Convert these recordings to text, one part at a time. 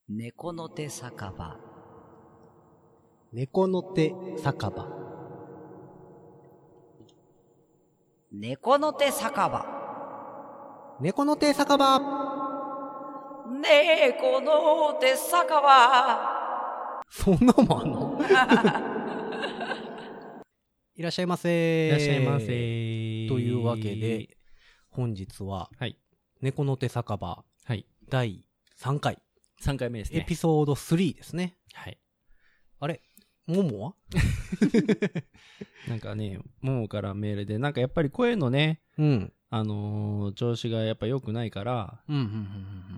猫の手酒場。 猫の手酒場。 猫の手酒場。 猫の手酒場。 猫の手酒場。 そんなもんあんのいらっしゃいませ。 いらっしゃいませ。 というわけで、本日は、 はい。 猫の手酒場、 はい。 第3回、 3回目ですね。 エピソード3ですね。 はい。 あれももはなんかね、ももからメールで、なんかやっぱり声のね、 うん。 調子がやっぱ良くないから、 うん、うん、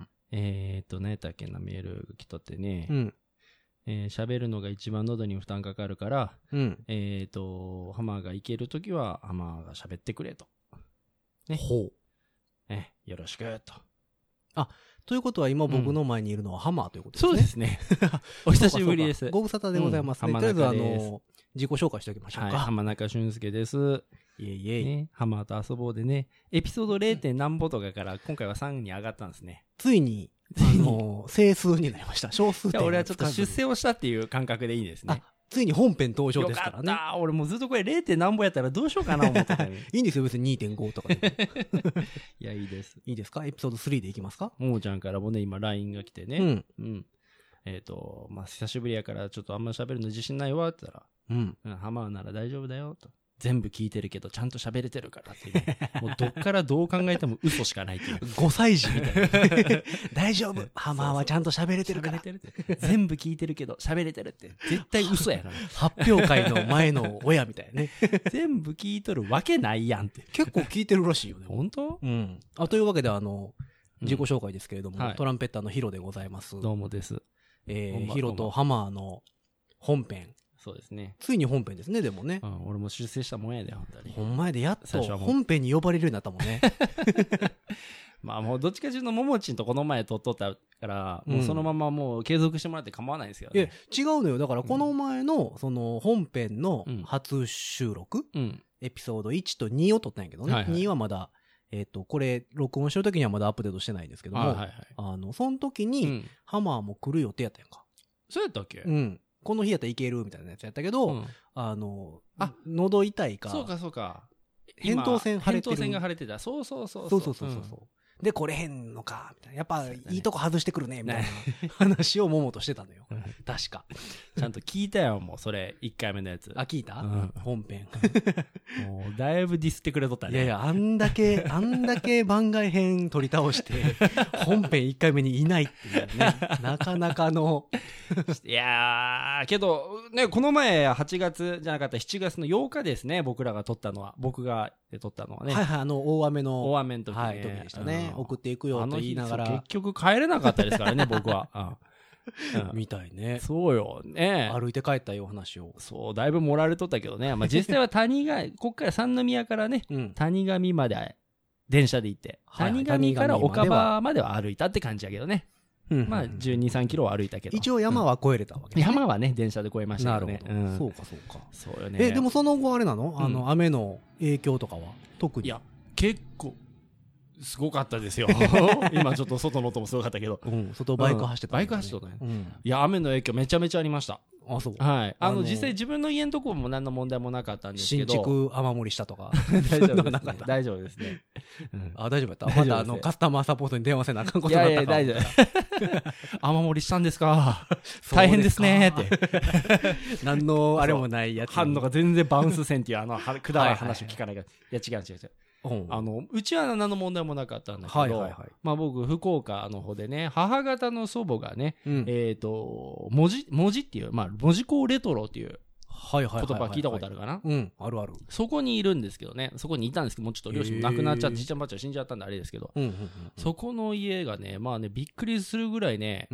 何やったっけな、メール来とってね、 うん、 喋るのが一番喉に負担かかるから、 うん。 ハマーが行けるときは、ハマーが喋ってくれと。ね。 ほう。 よろしく、と。 ということは今僕の前にいるのはハマーということですね。 そうですね。お久しぶりです。 ご無沙汰でございますね。とりあえず自己紹介しておきましょうはい、 か。 浜中俊介です。 いえいえ。 ね、ハマーと遊ぼうでね、エピソード 0. 何歩とかから今回は3に上がったんですね。 ついに、整数になりました。小数点。 俺はちょっと出世をしたっていう感覚でいいですね。 ついに本編登場ですからね。 よかった。俺もうずっとこれ 0. 何歩やったらどうしようかな思ってたのに。 いいんですよ、別に 2.5 とかで。 いや、いいです。 いいですか？エピソード3でいきますか？ ももちゃんからもね、今 LINE が来てね。 うん。 うん。久しぶりやからちょっとあんま喋るの自信ないわって言ったら、ハマーなら大丈夫だよと。全部聞いてるけどちゃんと喋れてるからっていうね。もうどっからどう考えても嘘しかないっていう。 5歳児みたいな。大丈夫。ハマーはちゃんと喋れてるから。 全部聞いてるけど喋れてるって。絶対嘘やな。 発表会の前の親みたいなね。 全部聞いとるわけないやんって。 結構聞いてるらしいよね。 本当？ うん。というわけで自己紹介ですけれども、 はい、 トランペッターのヒロでございます。 どうもです。 ヒロとハマーの本編。 そうですね。 ついに本編ですね、でもね。 俺も出世したもんやで、本当に。 ほんまやで、やっと本編に呼ばれるようになったもんね。 まあもうどっちかというと、ももちんとこの前撮っとったから、もうそのままもう継続してもらって構わないんですよね。 違うのよ。だからこの前の、その本編の初収録、エピソード1と2を撮ったんやけどね。2はまだ、これ、録音してる時にはまだアップデートしてないんですけども、その時に、ハマーも来る予定やったやんか。 そうやったっけ？ うん。この日やったらいけるみたいなやつやったけど、喉痛いか。 そうか。 扁桃腺腫れてる。 扁桃腺が腫れてた。そう。 で、これへんのか、みたいな。やっぱ、いいとこ外してくるね、みたいな話をももとしてたのよ。確か。 ちゃんと聞いたよ、もう、それ、1回目のやつ。 聞いた？本編。 もう、だいぶディスってくれとったね。 いやいや、あんだけ番外編取り倒して、本編1回目にいないっていうね、なかなかの。 いやー、けど、ね、この前、8月じゃなかった7月の8日ですね、僕が撮ったのはね。 はいはい、大雨の時ね。 はい、時でしたね。送っていくよと言いながら。 結局帰れなかったですからね、僕は。 みたいね。 そうよね。 歩いて帰ったよ、話を。 そう、だいぶ盛られとったけどね。まあ実際はこっから三宮からね、谷上まで電車で行って、谷上から岡場までは歩いたって感じやけどね。まあ12、3キロは歩いたけど。 一応山は越えれたわけね。 山はね、電車で越えましたけどね。 なるほど。そうか。 そうよね。 でもその後あれなの？雨の影響とかは特に？ いや、結構、すごかったですよ。今ちょっと外の音もすごかったけど。 外バイク走ってた。 バイク走ってたね。いや、雨の影響めちゃめちゃありました。 そう。 はい。実際自分の家のところも何の問題もなかったんですけど。 新築雨漏りしたとか。 大丈夫ですね。 大丈夫やった。またカスタマーサポートに電話せなあかんことになったか。 いや、大丈夫。雨漏りしたんですか？大変ですねって。 何のあれもないやつ。 反応が全然バウンスせんっていうくだらない話を聞かないから。いや、違う。うちは何の問題もなかったんだけど、まあ僕、福岡の方でね、母方の祖母がね、文字っていう、まあ、文字工レトロっていう言葉聞いたことあるかな？ あるある。 そこにいるんですけどね、そこにいたんですけど、もうちょっと両親も亡くなっちゃって、じいちゃんばあちゃん死んじゃったんであれですけど、そこの家がね、まあね、びっくりするぐらいね、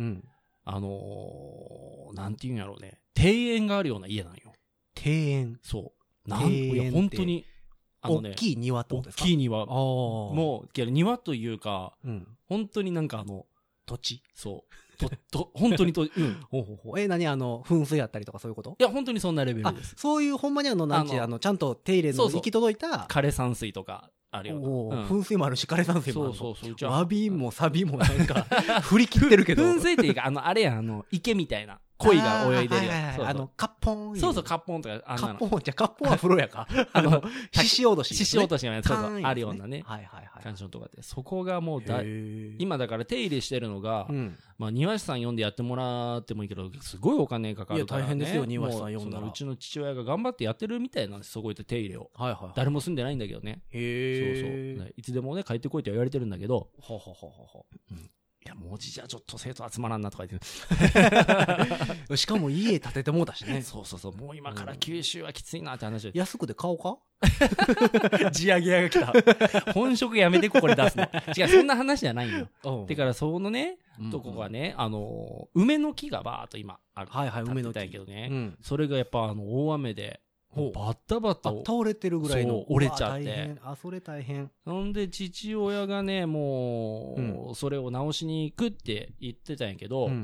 なんていうんやろうね、庭園があるような家なんよ。 庭園？ そう。いや、本当に、 大きい庭ってことですか？ 大きい庭。もう、庭というか、本当になんか土地？ そう。本当に何噴水やったりとかそういうこと？ いや、本当にそんなレベルです。 そういう、ほんまにちゃんと手入れの行き届いた。 枯山水とか、 あるよ。 噴水もあるし、枯山水もある。 そう。 わびもサビもなんか、振り切ってるけど。 噴水っていうか、あれやん、池みたいな。鯉が泳いでるやつ。カッポン。 そう、カッポンとか、 カッポンは風呂やか。獅子落とし。 獅子落としがね、そう、あるようなね。 はい。 感じのとかで。そこがもう今だから手入れしてるのが、まあ、庭師さん呼んでやってもらってもいいけど、すごいお金かかるから。 いや、大変ですよ、庭師さん呼んだら。 うちの父親が頑張ってやってるみたいなんです、そこ行って手入れを。誰も住んでないんだけどね。そう。いつでもね、帰ってこいって言われてるんだけど。いや、文字じゃちょっと生徒集まらんなとか言って。 しかも家建ててもうたしね。 そう。もう今から九州はきついなって話で。 安くで買おうか地上げ屋が来た。本職やめてここで出すの。違う、そんな話じゃないよ。てから、そのね、とこがね、梅の木がバーっと今ある。梅の木。けどね。それがやっぱ大雨で、バッタバタ倒れてるぐらいの折れちゃって。 それ大変。 なんで父親がね、もう、それを直しに行くって言ってたんやけど、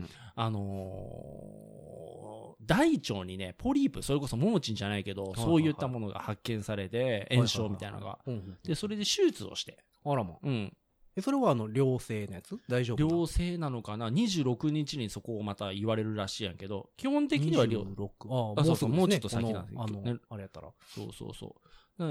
大腸にね、ポリープ、それこそ盲腸じゃないけど、そういったものが発見されて、炎症みたいなのが。で、それで手術をして。 あらま。それは良性のやつ大丈夫良性なのかな ?26 日にそこをまた言われるらしいやんけど、基本的には 26。 もうちょっと先なんですけど。 あれやったら。 そう。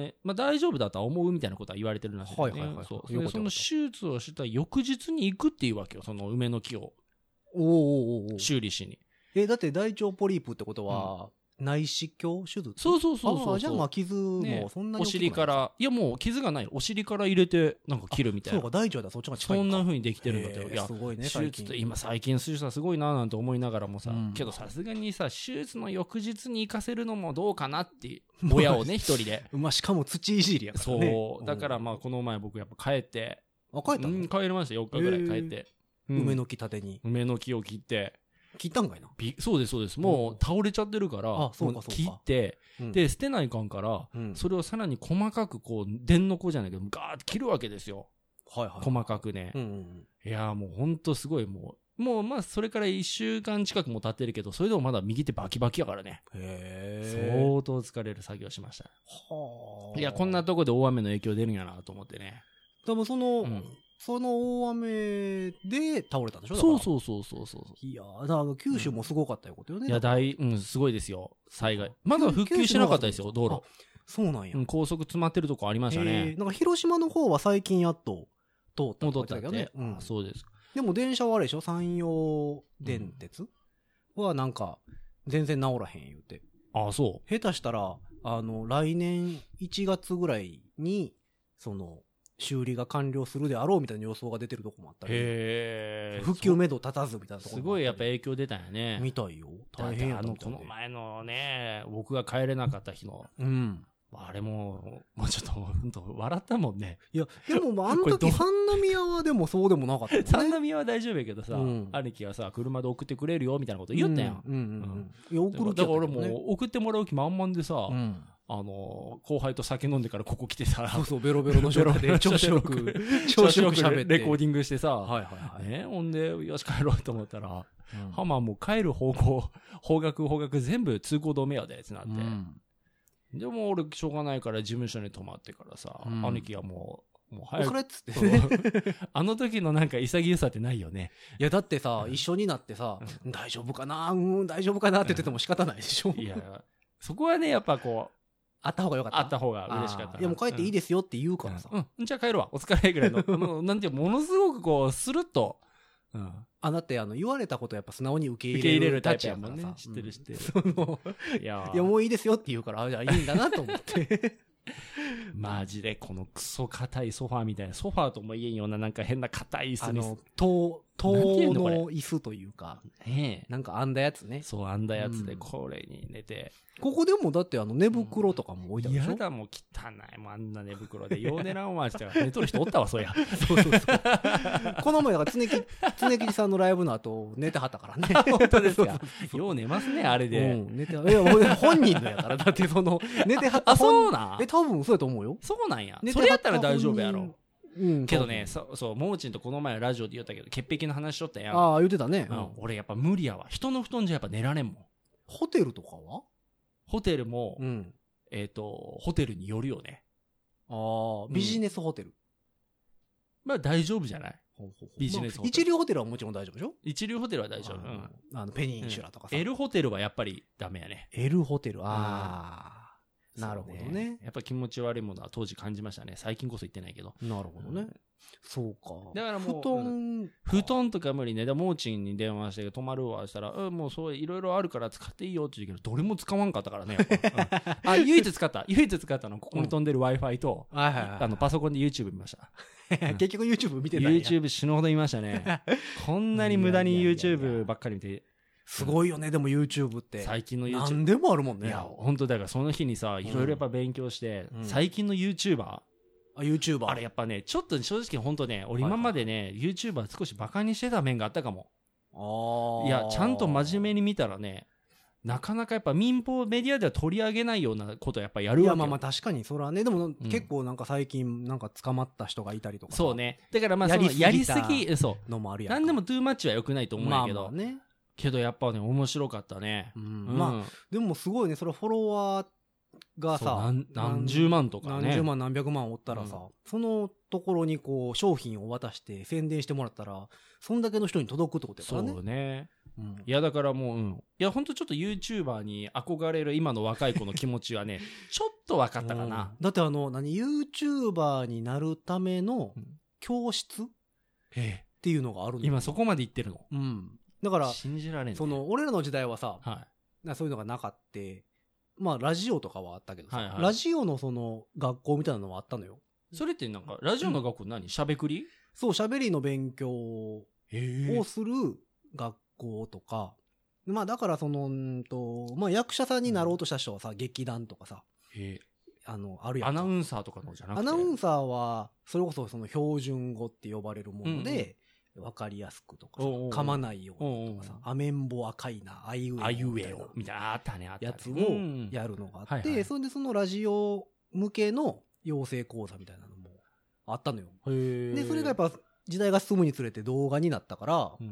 まあ大丈夫だとは思うみたいなことは言われてるらしいね。その手術をした翌日に行くっていうわけよ、その梅の木を。修理しに。 だって大腸ポリープってことは、内視鏡手術そう。 じゃあまあ傷もそんなにお尻から、いやもう傷がない。お尻から入れてなんか切るみたいな。 そうか、大腸だ、そっちが近い。 そんな風にできてるんだって。いや、 すごいね、 手術って今最近手術はすごいななんて思いながらもさ、けどさすがにさ、手術の翌日に行かせるのもどうかなって、親をね、一人で。 まあしかも土いじりやからね。 そう。だからまあこの前僕やっぱ帰って。 帰ったの？ 帰りました。4日ぐらい帰って。 梅の木立てに。 梅の木を切って。 切ったんかいな。 そうです。もう倒れちゃってるから、切って、で、捨てないかんから、それをさらに細かくこう、電の子じゃないけど、ガーって切るわけですよ。細かくね。いや、もうほんとすごいもうまあ、それから1週間近くも経ってるけど、それでもまだ右手バキバキやからね。相当疲れる作業しました。いや、こんなとこで大雨の影響出るんやなと思ってね。 でもその大雨で倒れたんでしょ？ そう。 いやだから九州もすごかったよことよね。 いや、すごいですよ。災害。まだ復旧してなかったですよ、道路。 そうなんや。 高速詰まってるとこありましたね。 なんか広島の方は最近やっと通った戻ったけどね。そうです。 でも電車はあれでしょ？山陽電鉄はなんか全然治らへん言うて。 そう。 下手したら、来年1月ぐらいに、修理が完了するであろうみたいな予想が出てるとこもあったり。復旧目処立たずみたいなところすごいやっぱ影響出たんやね。 みたいよ。大変やった。 この前のね、僕が帰れなかった日の。あれもうちょっと、ほんと、笑ったもんね。 いや、でも、あの時、三宮はでもそうでもなかった、ね。 三宮は大丈夫やけどさ、兄貴がさ、車で送ってくれるよ、みたいなこと言ったやん。 いや、送るだから俺も送ってもらう気満々でさ、後輩と酒飲んでからここ来てさ、 そう、ベロベロの状態で、調子よく喋って。 レコーディングしてさ、ほんで、よし帰ろうと思ったら、ハマもう帰る方角全部通行止めやで、ってなって。でも俺しょうがないから事務所に泊まってからさ、兄貴がもう早く。っつって。 あの時のなんか潔さってないよね。 いやだってさ、一緒になってさ、大丈夫かな大丈夫かなって言ってても仕方ないでしょ。 いや、そこはね、やっぱこう、 あった方がよかった。 あった方が嬉しかった。 いやもう帰っていいですよって言うからさ。 じゃあ帰るわ。お疲れぐらいの。なんていう、ものすごくこう、スルッと。 だって言われたことやっぱ素直に受け入れるタイプやもんね。 知ってる。 いやもういいですよって言うから、じゃあいいんだなと思って。 マジでこのクソ硬いソファーみたいな、ソファーとも言えんようななんか変な硬い椅子に。 塔の椅子というか、なんか編んだやつね。 そう、編んだやつでこれに寝て。 ここでもだって寝袋とかも置いてあるでしょ？ やだ、もう汚い。もうあんな寝袋で。よう寝らんわ、して寝とる人おったわ、そうや。 そう。この前だから常吉さんのライブの後寝てはったからね。 本当ですか？よう寝ますね、あれで。 寝て、いや、本人のやから、だって寝てはったそうなん？ 多分そうやと思うよ。 そうなんや。それやったら大丈夫やろ。けどね、そう、モーチンとこの前ラジオで言ったけど、潔癖の話しとったやん。 言ってたね。 俺やっぱ無理やわ。人の布団じゃやっぱ寝られんもん。 ホテルとかは？ ホテルも、ホテルによるよね。 ビジネスホテル。 まあ大丈夫じゃない？ビジネスホテル。 一流ホテルはもちろん大丈夫でしょ？ 一流ホテルは大丈夫。 ペニンシュラとかさ。 L ホテルはやっぱりダメやね。 L ホテル、なるほどね。 やっぱ気持ち悪いものは当時感じましたね。最近こそ言ってないけど。 なるほどね。そうか。 だからもう、布団とか無理ね。モーチンに電話して泊まるわしたら、もうそういろいろあるから使っていいよって言うけど、どれも使わんかったからね。唯一使ったのここに飛んでる Wi-Fi と、パソコンで YouTube 見ました。 結局 YouTube 見てたんや。 YouTube 死ぬほど見ましたね。こんなに無駄に YouTube ばっかり見て。 すごいよね、でも YouTube って。 最近の YouTube。 何でもあるもんね。 いや、本当だからその日にさ、いろいろやっぱ勉強して、最近の YouTuber。 YouTuber。 あれやっぱね、ちょっと正直本当ね、俺今までね、YouTuber 少しバカにしてた面があったかも。いや、ちゃんと真面目に見たらね、なかなかやっぱ民放メディアでは取り上げないようなことやっぱやるわけよ。いや、 まあ確かにそれはね、でも結構なんか最近なんか捕まった人がいたりとか。 そうね。だからまあやりすぎ、そうのもあるやん。 なんでもトゥーマッチは良くないと思うんやけど。 まあね。 けどやっぱね、面白かったね。 まあ、でもすごいね、それフォロワーがさ、 何十万とかね。 何十万何百万おったらさ、そのところにこう商品を渡して宣伝してもらったら、そんだけの人に届くってことやからね。 そうね。いやだからもう、いやほんとちょっと YouTuber に憧れる今の若い子の気持ちはね、ちょっと分かったかな。 だってYouTuber になるための教室っていうのがあるの。 今そこまで言ってるの。 だから、 信じられんね。 俺らの時代はさ、そういうのがなかった。まあ、ラジオとかはあったけどさ、ラジオのその学校みたいなのはあったのよ。 それってなんか、ラジオの学校何？しゃべくり？ そう、しゃべりの勉強をする学校とか、まあだからまあ役者さんになろうとした人はさ、劇団とかさ、あるやん。 アナウンサーとかのじゃなくて。 アナウンサーは、それこそその標準語って呼ばれるもので、わかりやすくとかさ、噛まないようにとかさ、アメンボ赤いな、あいうえおみたいな、あったね、 やつをやるのがあって、それでそのラジオ向けの養成講座みたいなのもあったのよ。で、それがやっぱ時代が進むにつれて動画になったから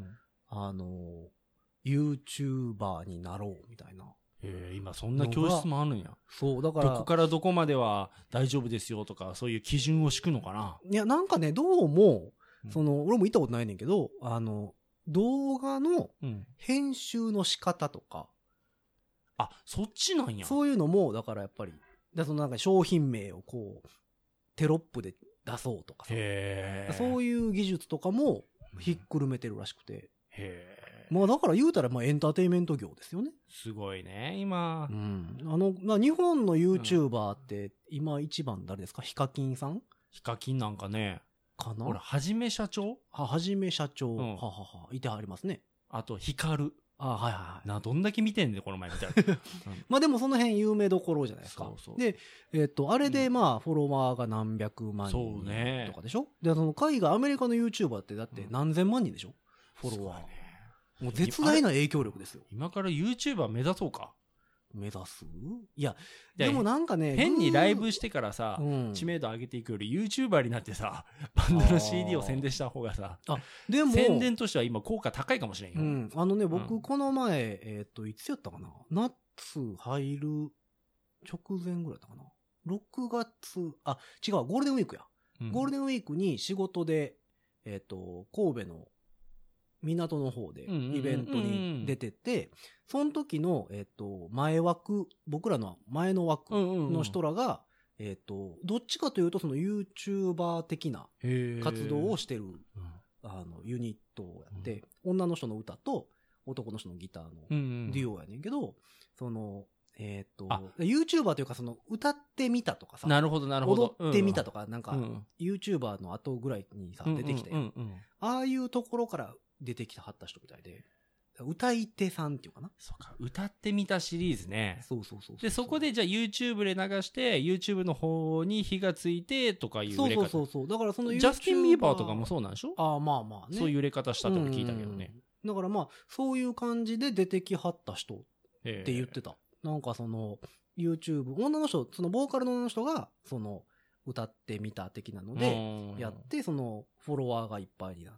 、YouTuber になろうみたいな。 今そんな教室もあるんや。 そう、だから。 どこからどこまでは大丈夫ですよとか、そういう基準を敷くのかな。 いや、なんかね、どうも、俺も行ったことないねんけど、動画の編集の仕方とか。 そっちなんや。 そういうのも、だからやっぱり、なんか商品名をこう、テロップで出そうとかさ。そういう技術とかもひっくるめてるらしくて。まあだから言うたらエンターテインメント業ですよね。 すごいね、今。 日本の YouTuber って今一番誰ですか？ヒカキンさん？ ヒカキンなんかね。 かな？ ほら、はじめ社長？ はじめ社長。いてはりますね。 あと、ヒカル。 はいはい。 どんだけ見てんねん、この前みたいな。 まあでもその辺有名どころじゃないですか。で、あれでまあ、フォロワーが何百万人とかでしょ？で、海外、アメリカの YouTuber ってだって何千万人でしょ？フォロワー。もう絶大な影響力ですよ。 今から YouTuber 目指そうか。 目指す？いや、でもなんかね、 変にライブしてからさ、知名度上げていくより YouTuber になってさ、バンドの CD を宣伝した方がさ、 でも宣伝としては今効果高いかもしれんよ。 僕この前、いつやったかな？夏入る直前ぐらいだったかな。6月、違う、ゴールデンウィークや。ゴールデンウィークに仕事で、神戸の港の方でイベントに出てて、その時の、前枠、僕らの前の枠の人らが、どっちかというとその YouTuber 的な活動をしてる、ユニットをやって、女の人の歌と男の人のギターのデュオやねんけど、YouTuber というか歌ってみたとかさ、 なるほどなるほど。 踊ってみたとか、なんか、YouTuber の後ぐらいにさ、出てきたよ。ああいうところから出てきたはった人みたいで、歌い手さんっていうかな。 そうか、歌ってみたシリーズね。 そう。 で、そこでじゃあ YouTube で流して、YouTube の方に火がついてとかいう売れ方。 そう。だからジャスティン・ビーバーとかもそうなんでしょ？ まあね。 そういう売れ方したっても聞いたけどね。 だからまあ、そういう感じで出てきはった人って言ってた。なんかYouTube、女の人、ボーカルの女の人が、歌ってみた的なので、やって、フォロワーがいっぱいになって、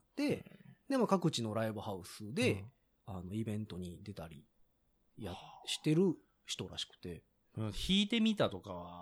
でも各地のライブハウスで、イベントに出たり、してる人らしくて。 弾いてみたとかは、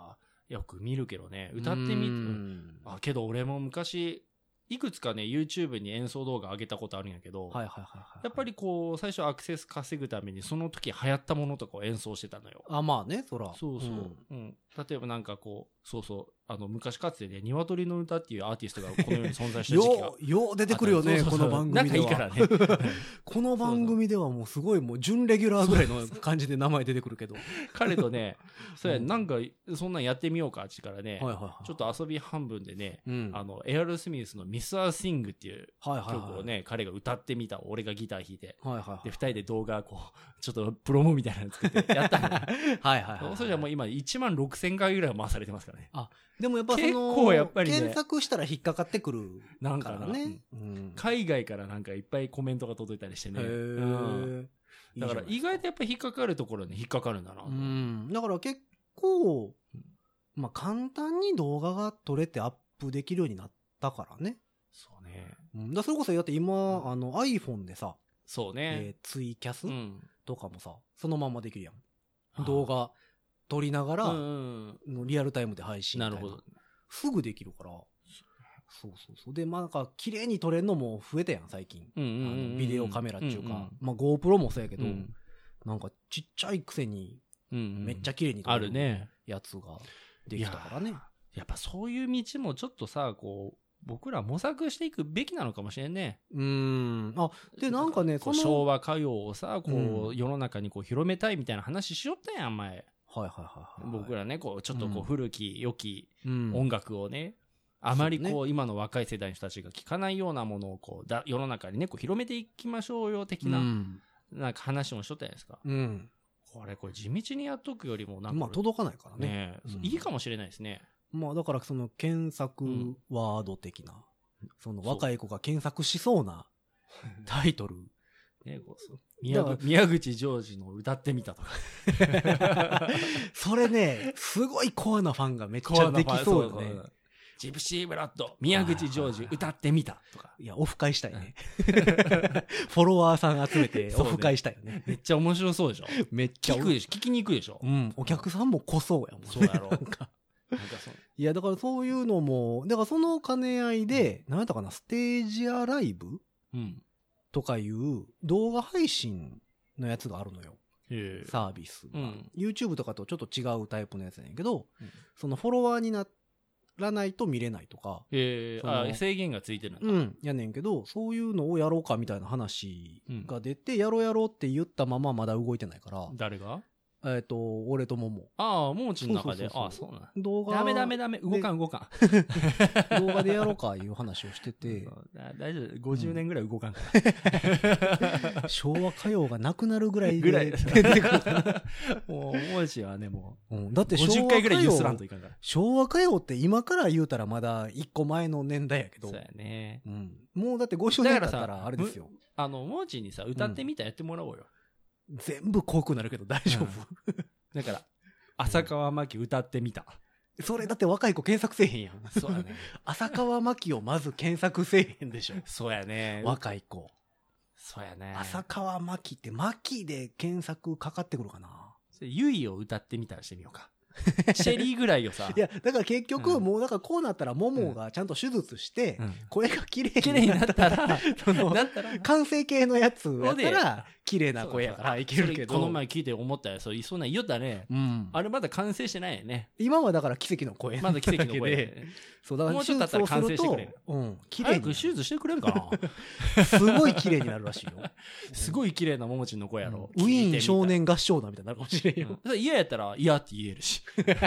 よく見るけどね、歌ってみて、けど俺も昔、いくつかね、YouTube に演奏動画上げたことあるんやけど、やっぱりこう、最初アクセス稼ぐために、その時流行ったものとかを演奏してたのよ。 まあね、そら。 そうそう。例えばなんかこう、そうそう、昔かつてね、鶏の歌っていうアーティストがこのように存在した時期が。 よう出てくるよね、この番組では。 仲いいからね。 この番組ではもうすごいもう準レギュラーぐらいの感じで名前出てくるけど。 彼とね、そうや、なんか、そんなんやってみようかってからね、ちょっと遊び半分でね、エアロスミスのミス・アー・シングっていう曲をね、彼が歌ってみた、俺がギター弾いて、で、二人で動画こう、ちょっとプロモみたいなの作ってやったの。それじゃもう今16,000回ぐらい回されてますからね。 でもやっぱその、結構やっぱりね、検索したら引っかかってくるからね。 海外からなんかいっぱいコメントが届いたりしてね。だから意外とやっぱ引っかかるところに引っかかるんだな。 だから結構、まあ簡単に動画が撮れてアップできるようになったからね。 そうね。 それこそだって今、iPhone でさ、 そうね。 ツイキャスとかもさ、そのままできるやん。動画撮りながら、リアルタイムで配信。 なるほど。 すぐできるから。そう。で、まあなんか、綺麗に撮れるのも増えたやん、最近。ビデオカメラっていうか、まあ GoPro もそうやけど、なんかちっちゃいくせに、めっちゃ綺麗に撮れるやつができたからね。 やっぱそういう道もちょっとさ、こう、僕ら模索していくべきなのかもしれんね。 で、なんかね、 昭和歌謡をさ、こう、世の中にこう広めたいみたいな話しよったやん、前。僕らね、こう、ちょっとこう、古き良き音楽をね、あまりこう、今の若い世代の人たちが聴かないようなものをこう、世の中にね、こう、広めていきましょうよ、的な、なんか話もしとったじゃないですか。これ地道にやっとくよりもなんか。 まあ、届かないからね。 いいかもしれないですね。 まあ、だからその、検索ワード的な、その、若い子が検索しそうなタイトル。 宮口ジョージの歌ってみたとか。 それね、すごいコアなファンがめっちゃできそうよね。 ジプシーブラッド、宮口ジョージ歌ってみたとか。 いや、オフ会したいね。フォロワーさん集めてオフ会したいよね。 めっちゃ面白そうでしょ。 めっちゃ。 聞きに行くでしょ。 お客さんも濃そうやもん。 そうやろ。 いや、だからそういうのも、だからその兼ね合いで、なんやったかな、ステージアライブとかいう動画配信のやつがあるのよ。サービスが。YouTube とかとちょっと違うタイプのやつなんやけど、そのフォロワーにならないと見れないとか。 制限がついてるんだ。やねんけど、そういうのをやろうかみたいな話が出て、やろうって言ったまままだ動いてないから。 誰が？ 俺ともも。 ももちの中で。そうなん。 動画。 ダメ。動かん。動画でやろうかいう話をしてて。 大丈夫。50年ぐらい動かんから。昭和歌謡がなくなるぐらい。 もう、もちはね、もう。 だって 50回ぐらいゆすらんといかんから。 昭和歌謡って今から言うたらまだ1個前の年代やけど。 そうやね。 もうだって50年だったらあれですよ。 もちにさ、歌ってみたやってもらおうよ。 全部濃くなるけど大丈夫、 だから、浅川真紀歌ってみた。 それだって若い子検索せえへんやん。 そうやね。 浅川真紀をまず検索せえへんでしょ。 そうやね。 若い子。 そうやね。 浅川真紀って真紀で検索かかってくるかな。 ゆいを歌ってみたらしてみようか。シェリーぐらいをさ。 いや、だから結局、もうだからこうなったら、ももがちゃんと手術して、声が綺麗になったら、完成形のやつやったら、綺麗な声やからいけるけど。 この前聞いて思ったよ。そんなん言おったね。あれまだ完成してないよね。 今はだから奇跡の声。 まだ奇跡の声で。 そうだからもうちょっとだったら完成してくれる。 綺麗に。 早く手術してくれんかな。 すごい綺麗になるらしいよ。 すごい綺麗なももちんの声やろ。 ウィーン少年合唱団みたいになるかもしれんよ。 嫌やったら嫌って言えるし。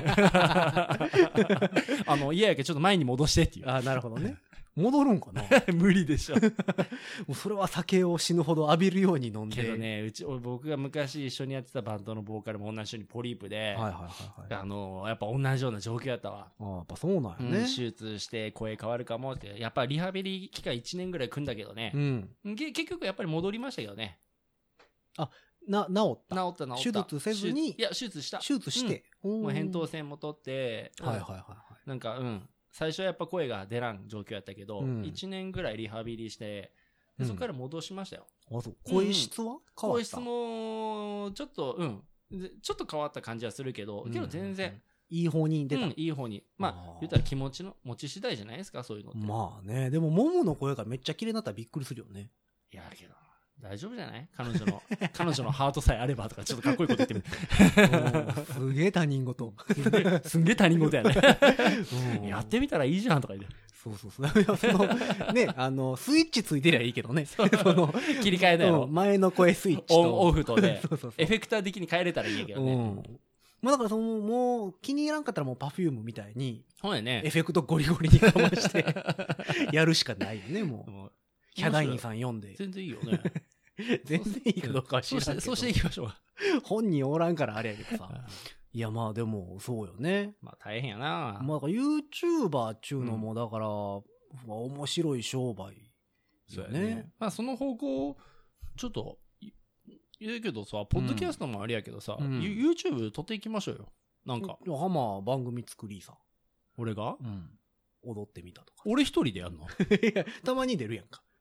嫌やけどちょっと前に戻してっていう。 なるほどね。戻るんかな無理でしょ。 もうそれは酒を死ぬほど浴びるように飲んで。 けどね、僕が昔一緒にやってたバンドのボーカルも同じようにポリープで、やっぱ同じような状況やったわ。 やっぱそうなんやね。 手術して声変わるかもって、やっぱリハビリ期間1年ぐらい組んだけどね。結局やっぱり戻りましたけどね。 治った。手術せずに。 いや、手術した。 手術して。 もう扁桃腺も取って、なんか、最初はやっぱ声が出らん状況やったけど、1年ぐらいリハビリして、そこから戻しましたよ。 声質は変わった？ 声質も、ちょっと変わった感じはするけど、けど全然、 いい方に出た。 いい方に。まあ、言ったら気持ち次第じゃないですか、そういうのって。 まあね。でも、モモの声がめっちゃ綺麗になったらびっくりするよね。 いや、けど、大丈夫じゃない彼女のハートさえあればとか、ちょっとかっこいいこと言ってみる。すげえ他人事。 すんげえ他人事やね。やってみたらいいじゃんとか言って。 そう。ね、スイッチついてりゃいいけどね。 切り替えだよ。 前の声スイッチと。オンオフとで、エフェクター的に変えれたらいいけどね。 まあだからもう気に入らんかったらもうPerfumeみたいに、 そうやね。 エフェクトゴリゴリにかまして、やるしかないよね、もう。ヒャダインさん読んで。 全然いいよね。 全然いいかどうかは知らんけど。 そうしていきましょう。 本人おらんからあれやけどさ。いやまあでもそうよね。 まあ大変やな。 まあだから YouTuber っちゅうのもだから、面白い商売。 そうやね。まあその方向、ちょっと、言うけどさ、ポッドキャストもあれやけどさ、YouTube 撮っていきましょうよ。なんか。 ハマ番組作りさ。 俺が踊ってみたとか。 俺一人でやんのたまに出るやんか。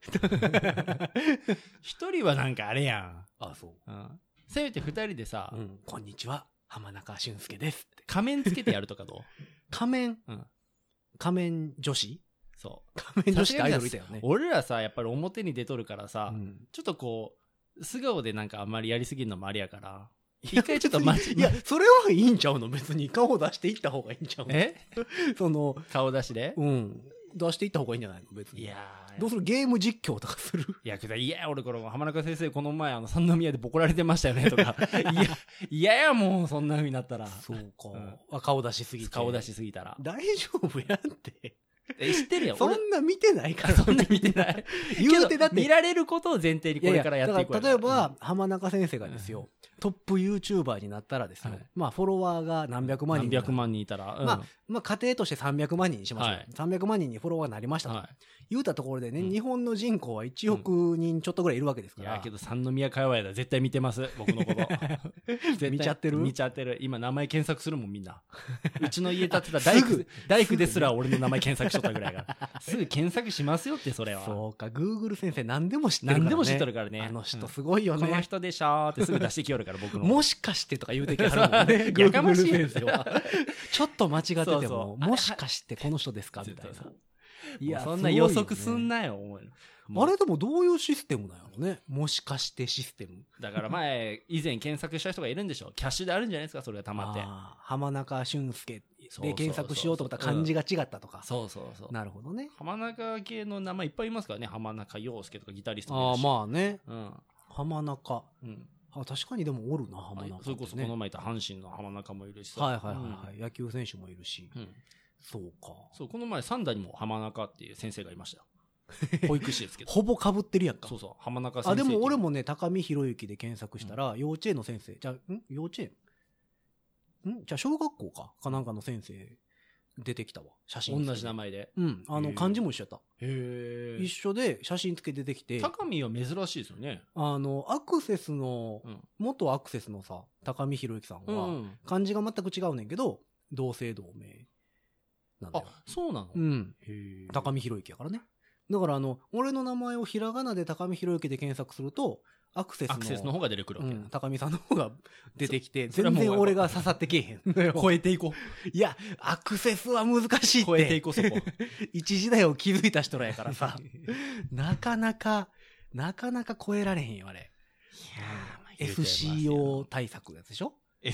一人はなんかあれやん。 あ、そう。 せめて二人でさ、 こんにちは、浜中俊介ですって。 仮面つけてやるとかどう仮面仮面女子そう。 仮面女子ってアイドルいたよね。 俺らさ、やっぱり表に出とるからさ、ちょっとこう、素顔でなんかあんまりやりすぎるのもありやから、一回ちょっといや、それはいいんちゃうの別に顔出していった方がいいんちゃうの顔出しで出していった方がいいんじゃないの別に。 いやどうするゲーム実況とかするいや、俺これ、浜中先生この前三宮でボコられてましたよねとか。いや、もうそんな風になったら。 そうか。顔出しすぎて。 顔出しすぎたら。 大丈夫やんって。 知ってるよ。 そんな見てないから。 そんな見てない。 言うてだって。 見られることを前提にこれからやっていくわ。 例えば、浜中先生がですよ、トップ YouTuber になったらですね、まあフォロワーが何百万人。 何百万人いたら。 まあ家庭として300万人にしましょう。300万人にフォロワーになりましたと。言うたところでね、日本の人口は1億人ちょっとぐらいいるわけですから。 いや、けど三宮界隈だ。絶対見てます。僕のこと。 見ちゃってる見ちゃってる。今名前検索するもんみんな。うちの家建てた大工ですら俺の名前検索しとったぐらいが。すぐ検索しますよって、それは。 そうか、Google 先生何でも知ってるからね。 何でも知ってるからね。 あの人すごいよね。 この人でしょーってすぐ出してきよるから、僕の。 もしかしてとか言うてきはるもんね。Google 先生は。ちょっと間違ってても、もしかしてこの人ですかみたいな。 いや、そんな予測すんなよ、思う。 あれでもどういうシステムなんやろね。もしかしてシステム。 だから前、以前検索した人がいるんでしょ。キャッシュであるんじゃないですか、それが溜まって。 浜中俊介で検索しようと思ったら漢字が違ったとか。 そうなるほどね。 浜中系の名前いっぱいいますからね。浜中陽介とかギタリストもいるし。 まあね。浜中。確かにでもおるな、浜中。 それこそこの前言った阪神の浜中もいるしさ。 はい。野球選手もいるし。そうか。 そう、この前三田にも浜中っていう先生がいましたよ。保育士ですけど。 ほぼ被ってるやんか。 そう、浜中先生。 でも俺もね、高見博之で検索したら、幼稚園の先生。幼稚園じゃあ小学校かなんかの先生出てきたわ。写真。 同じ名前で。 漢字も一緒やった。 一緒で写真付け出てきて。 高見は珍しいですよね。 アクセスの、元アクセスのさ、高見博之さんは、漢字が全く違うねんけど、同姓同名。 そうなの高見博之やからね。だから俺の名前をひらがなで高見博之で検索すると、アクセスの方が出てくるわけ。 高見さんの方が出てきて、全然俺が刺さってけえへん。 超えていこう。いや、アクセスは難しいって。 超えていこう、そこ。 一時代を築いた人らやからさ、なかなか超えられへんよ、あれ。いや SCO 対策やつでしょ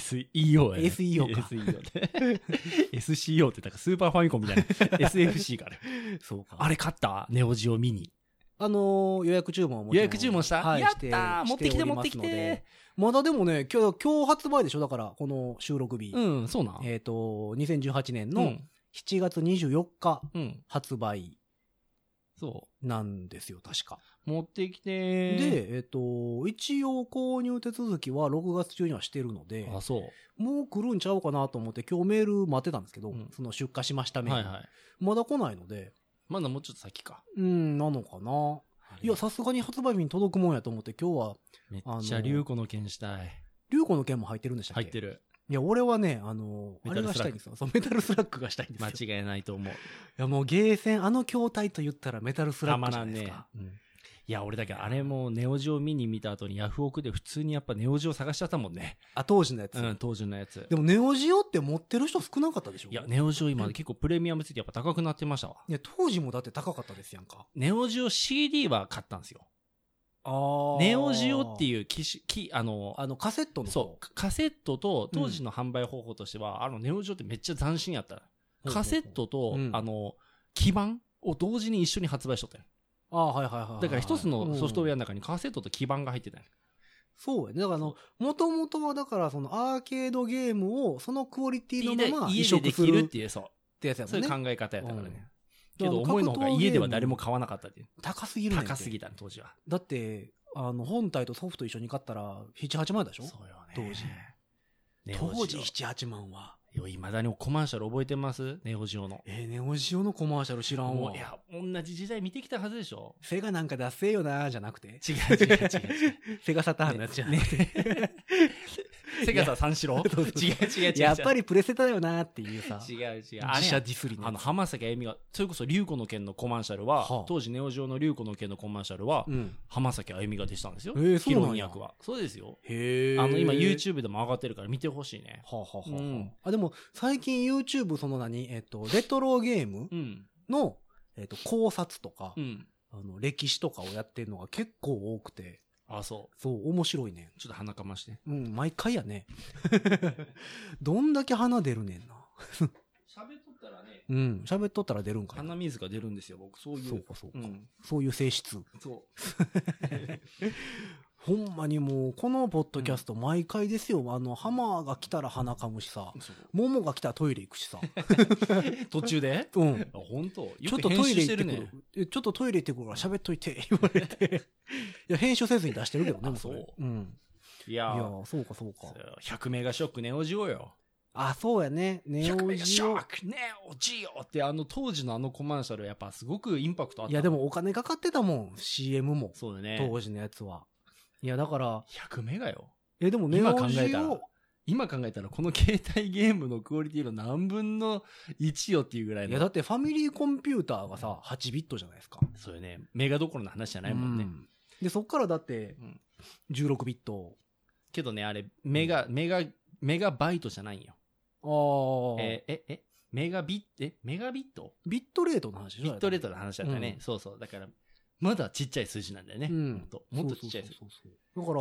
SEO やね。 SEO か。 SEO って。SCO ってなんかスーパーファミコンみたいな。SFC がある。 そうか。 あれ買ったネオジオミニ。 予約注文も予約注文した、やったー持ってきて。 まだでもね、今日発売でしょだから、この収録日。 そうなん。 2018年の7月24日発売。 そうなんですよ、確か。 持ってきてで、一応購入手続きは6月中にはしてるので、もう来るんちゃうかなと思って今日メール待ってたんですけど、その出荷しましたメール。まだ来ないので。 まだもうちょっと先か。 なのかな。いや、さすがに発売日に届くもんやと思って今日は。 めっちゃ龍子の剣したい。 龍子の剣も入ってるんでしたっけ？ 入ってる。 いや、俺はね、あれがしたいんですよ。メタルスラッグがしたいんですよ。 間違いないと思う。いや、もうゲーセン、筐体と言ったらメタルスラッグじゃないですか。 いや、俺だけあれもネオジオミニ見た後にヤフオクで普通にやっぱネオジオ探しちゃったもんね。 当時のやつ。 うん、当時のやつ。 でもネオジオって持ってる人少なかったでしょ？ いや、ネオジオ今結構プレミアムついてやっぱ高くなってましたわ。 いや、当時もだって高かったですやんか。 ネオジオ CD は買ったんですよ。ネオジオっていうカセットの。そう、カセットと当時の販売方法としては、ネオジオってめっちゃ斬新やった。カセットと、基板を同時に一緒に発売しとったよ。 はいはいはい。 だから一つのソフトウェアの中にカセットと基板が入ってたよ。 そうやね。だからもともとはだからそのアーケードゲームをそのクオリティのまま家でできるっていう、そう。 ってやつやもんね。 そういう考え方やったからね。けど思いのほか家では誰も買わなかったっていう。 高すぎるね。 高すぎたね、当時は。 だって、本体とソフト一緒に買ったら、7、8万でしょ？ そうよね。 当時。当時7、8万は。 いまだにコマーシャル覚えてます？ネオジオの。 ネオジオのコマーシャル知らんわ。 いや、同じ時代見てきたはずでしょ？ セガなんか出せよなーじゃなくて。 違う。 セガサターンのやつじゃなくて。 セガさ三四郎？違う。 やっぱりプレセタだよなーっていうさ。 違う。 自社ディスリね。 浜崎あゆみが、それこそ竜子の剣のコマーシャルは、当時ネオジオの竜子の剣のコマーシャルは、浜崎あゆみが出したんですよ。ヒロイン役は。そうですよ。今 YouTube でも上がってるから見てほしいね。 でも、最近 YouTube レトロゲームの、考察とか、歴史とかをやってるのが結構多くて。そう、面白いね。 ちょっと鼻かまして。 毎回やね。どんだけ鼻出るねんな。 喋っとったらね。 喋っとったら出るんかな。 鼻水が出るんですよ、僕。そういう。 そうか。そういう性質。 そう。 ほんまにもう、このポッドキャスト毎回ですよ。ハマーが来たら鼻かむしさ、モモが来たらトイレ行くしさ。 途中で？本当？ ちょっとトイレ行ってくる。ちょっとトイレ行ってくるから喋っといて、言われて。いや、編集せずに出してるけどね、 そう。 いや、そうか。 100メガショックネオジオよ。 そうやね。ネオジオ。 100メガショックネオジオって当時のコマーシャルやっぱすごくインパクトあった。 いや、でもお金かかってたもん、CM も。 そうだね。 当時のやつは。いや、だから。 100メガよ。 でもネオジオ。 今考えたらこの携帯ゲームのクオリティの何分の1よっていうぐらいの。 いや、だってファミリーコンピューターがさ、8ビットじゃないですか。 そうよね。メガどころの話じゃないもんね。 で、そっからだって、16ビット。 けどね、あれ、メガバイトじゃないんよ。メガビット？ ビットレートの話でしょ？ ビットレートの話だったね。そう。だから、まだちっちゃい数字なんだよね。もっとちっちゃい数字。 だから、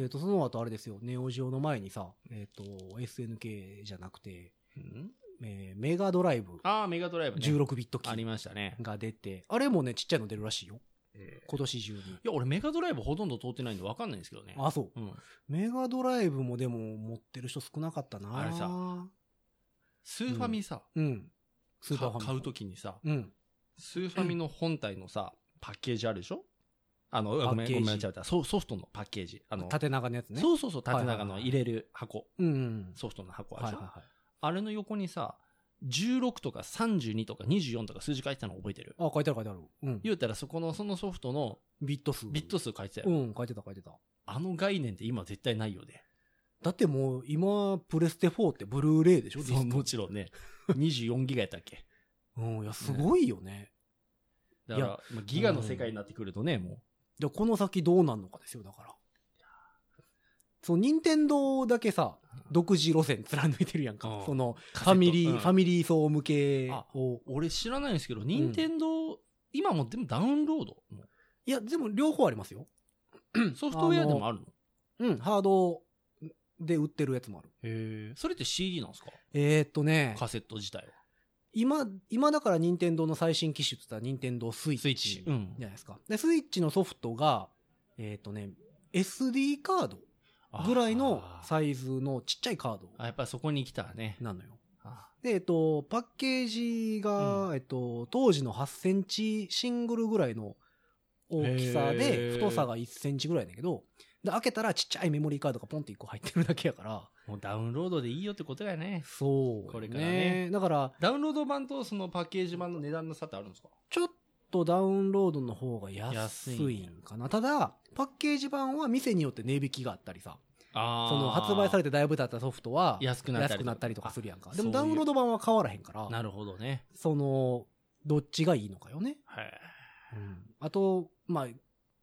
その後あれですよ、ネオジオの前にさ、SNK じゃなくて、メガドライブ。 メガドライブね。 16ビット機。 ありましたね。 が出て、あれもね、ちっちゃいの出るらしいよ。今年中に。いや、俺メガドライブほとんど通ってないんで分かんないんですけどね。 そう。メガドライブもでも持ってる人少なかったな。 あれさ、スーファミさ、 スーパーファミ買うときにさ、スーファミの本体のさ、パッケージあるでしょ？ごめん、間違えた。ソフトのパッケージ。 縦長のやつね。 そう、縦長の入れる箱。ソフトの箱あるでしょ？あれの横にさ、16とか32とか24とか数字書いてたの覚えてる？ 書いてある。 言うたらそのソフトのビット数書いてたよ。 書いてた。 概念って今絶対ないよね。 だってもう今、プレステ4ってブルーレイでしょ？ そう、もちろんね。24ギガやったっけ？ いや、すごいよね。 だから、ギガの世界になってくるとね、もう。 で、この先どうなんのかですよ、だから。任天堂だけさ、独自路線貫いてるやんか。ファミリー層向けを。 俺知らないんですけど、任天堂、今もでもダウンロード？ いや、でも両方ありますよ。 ソフトウェアでもあるの？ ハードで売ってるやつもある。それって CD なんですか？ カセット自体は。 今だから任天堂の最新機種って言ったら任天堂スイッチじゃないですか。で、スイッチのソフトが、SD カードぐらいのサイズのちっちゃいカード。 やっぱりそこに来たね。 なのよ。で、パッケージが、当時の8センチシングルぐらいの大きさで、太さが1センチぐらいだけど、で、開けたらちっちゃいメモリーカードがポンって1個入ってるだけやから。 もうダウンロードでいいよってことやね。 そう。 これからね。 だから、 ダウンロード版とそのパッケージ版の値段の差ってあるんですか？ ちょっとダウンロードの方が安いんかな。ただ、パッケージ版は店によって値引きがあったりさ。発売されてだいぶ経ったソフトは安くなったりとかするやんか。でもダウンロード版は変わらへんから。 なるほどね。 どっちがいいのかよね。あと、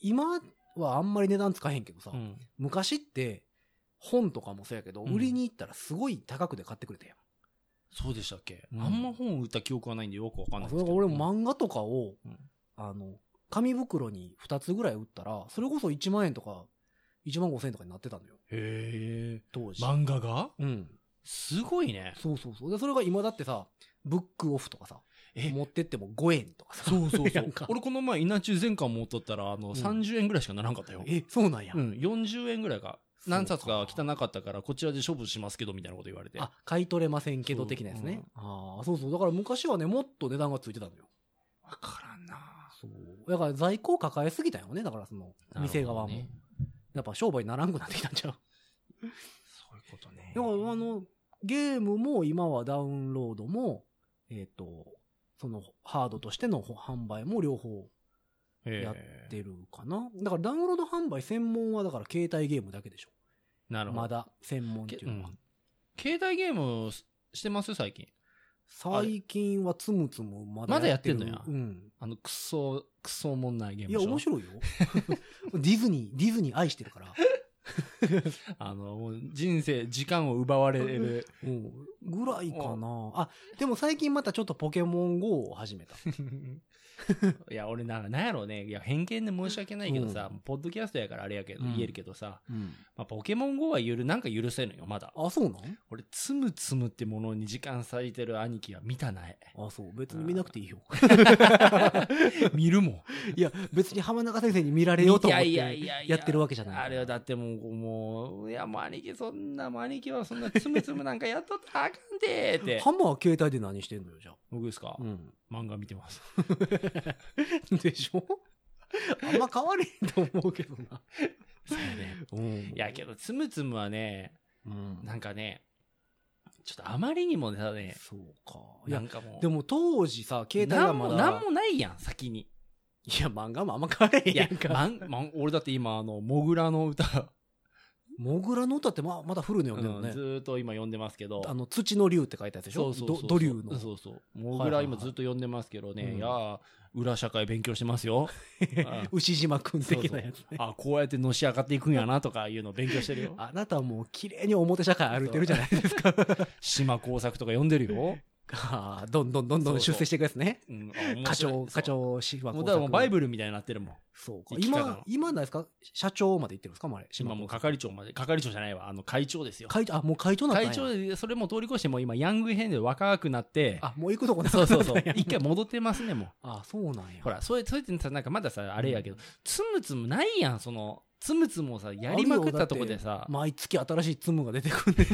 今はあんまり値段つかへんけどさ、昔って本とかもそうやけど、売りに行ったらすごい高くで買ってくれたやん。 そうでしたっけ、あんま本売った記憶はないんでよくわかんないですけど。俺も漫画とかを、紙袋に2つぐらい売ったら、それこそ1万円とか、1万5千円とかになってたのよ。 へえ。 当時。 漫画がすごいね。 そうそうそう。で、それが今だってさ、ブックオフとかさ、持ってっても5円とかさ。 そうそうそう。俺この前稲中全巻持っとったら、30円ぐらいしかならんかったよ。 そうなんや。 40円ぐらいが。何冊か汚かったからこちらで処分しますけどみたいなこと言われて。 買い取れませんけど的なやつね。そうそう。だから昔はね、もっと値段がついてたのよ。 わからんな。 そう。だから在庫を抱えすぎたよね。だからその、店側も。やっぱ商売にならんくなってきたんちゃう。 そういうことね。 だからゲームも今はダウンロードも、そのハードとしての販売も両方やってるかな。だからダウンロード販売専門はだから携帯ゲームだけでしょ。 なるほど。 まだ専門っていうのは。 携帯ゲームしてます最近。 最近はつむつむまだやってんのや。クソおもんないゲームでしょ。 いや、面白いよ。ディズニー愛してるから。 もう人生、時間を奪われる。 ぐらいかな。でも最近またちょっとポケモン GO を始めた。 いや、俺なんやろうね。いや、偏見で申し訳ないけどさ、ポッドキャストやからあれやけど、言えるけどさ、ポケモン GO はなんか許せるよ、まだ。 そうなん俺、つむつむってものに時間割いてる兄貴は見たない。 そう。別に見なくていいよ。 見るもん。 いや、別に浜中先生に見られようと思ってやってるわけじゃない。 あれはだってもう、いや、もう兄貴はそんなつむつむなんかやっとったらあかんでって。 浜は携帯で何してんのよ、じゃあ。 僕ですか？漫画見てます。 でしょ？あんま変われへんと思うけどな。 そうね。いやけど、つむつむはね、なんかね、ちょっとあまりにもね、 そうか。 なんかもう。 でも当時さ、携帯がまだ。 なんもないやん、先に。 いや、漫画もあんま変われへんやんか。 俺だって今、モグラの歌。 モグラの歌ってまだ古いの読んでるね。 ずーっと今読んでますけど。 土の竜って書いたやつでしょ？土竜の。 そうそう。モグラ今ずっと読んでますけどね。いや裏社会勉強してますよ。 牛島くん的なやつね。 こうやってのし上がっていくんやなとかいうのを勉強してるよ。 あなたはもう綺麗に表社会歩いてるじゃないですか。 島工作とか読んでるよ。 どんどん出世していくやつね。課長島工作。 だからもうバイブルみたいになってるもん。 そうか。今なんですか？社長まで行ってるんですか？ 今もう係長じゃないわ。会長ですよ。 もう会長なんだ。 会長で、それも通り越してもう今ヤング編で若くなって。 もう行くとこなそう。一回戻ってますね、もう。 そうなんや。 ほら、そうやってさ、なんかまださ、あれやけど、つむつむないやん、つむつむをさ、やりまくったとこでさ。 毎月新しいつむが出てくるね。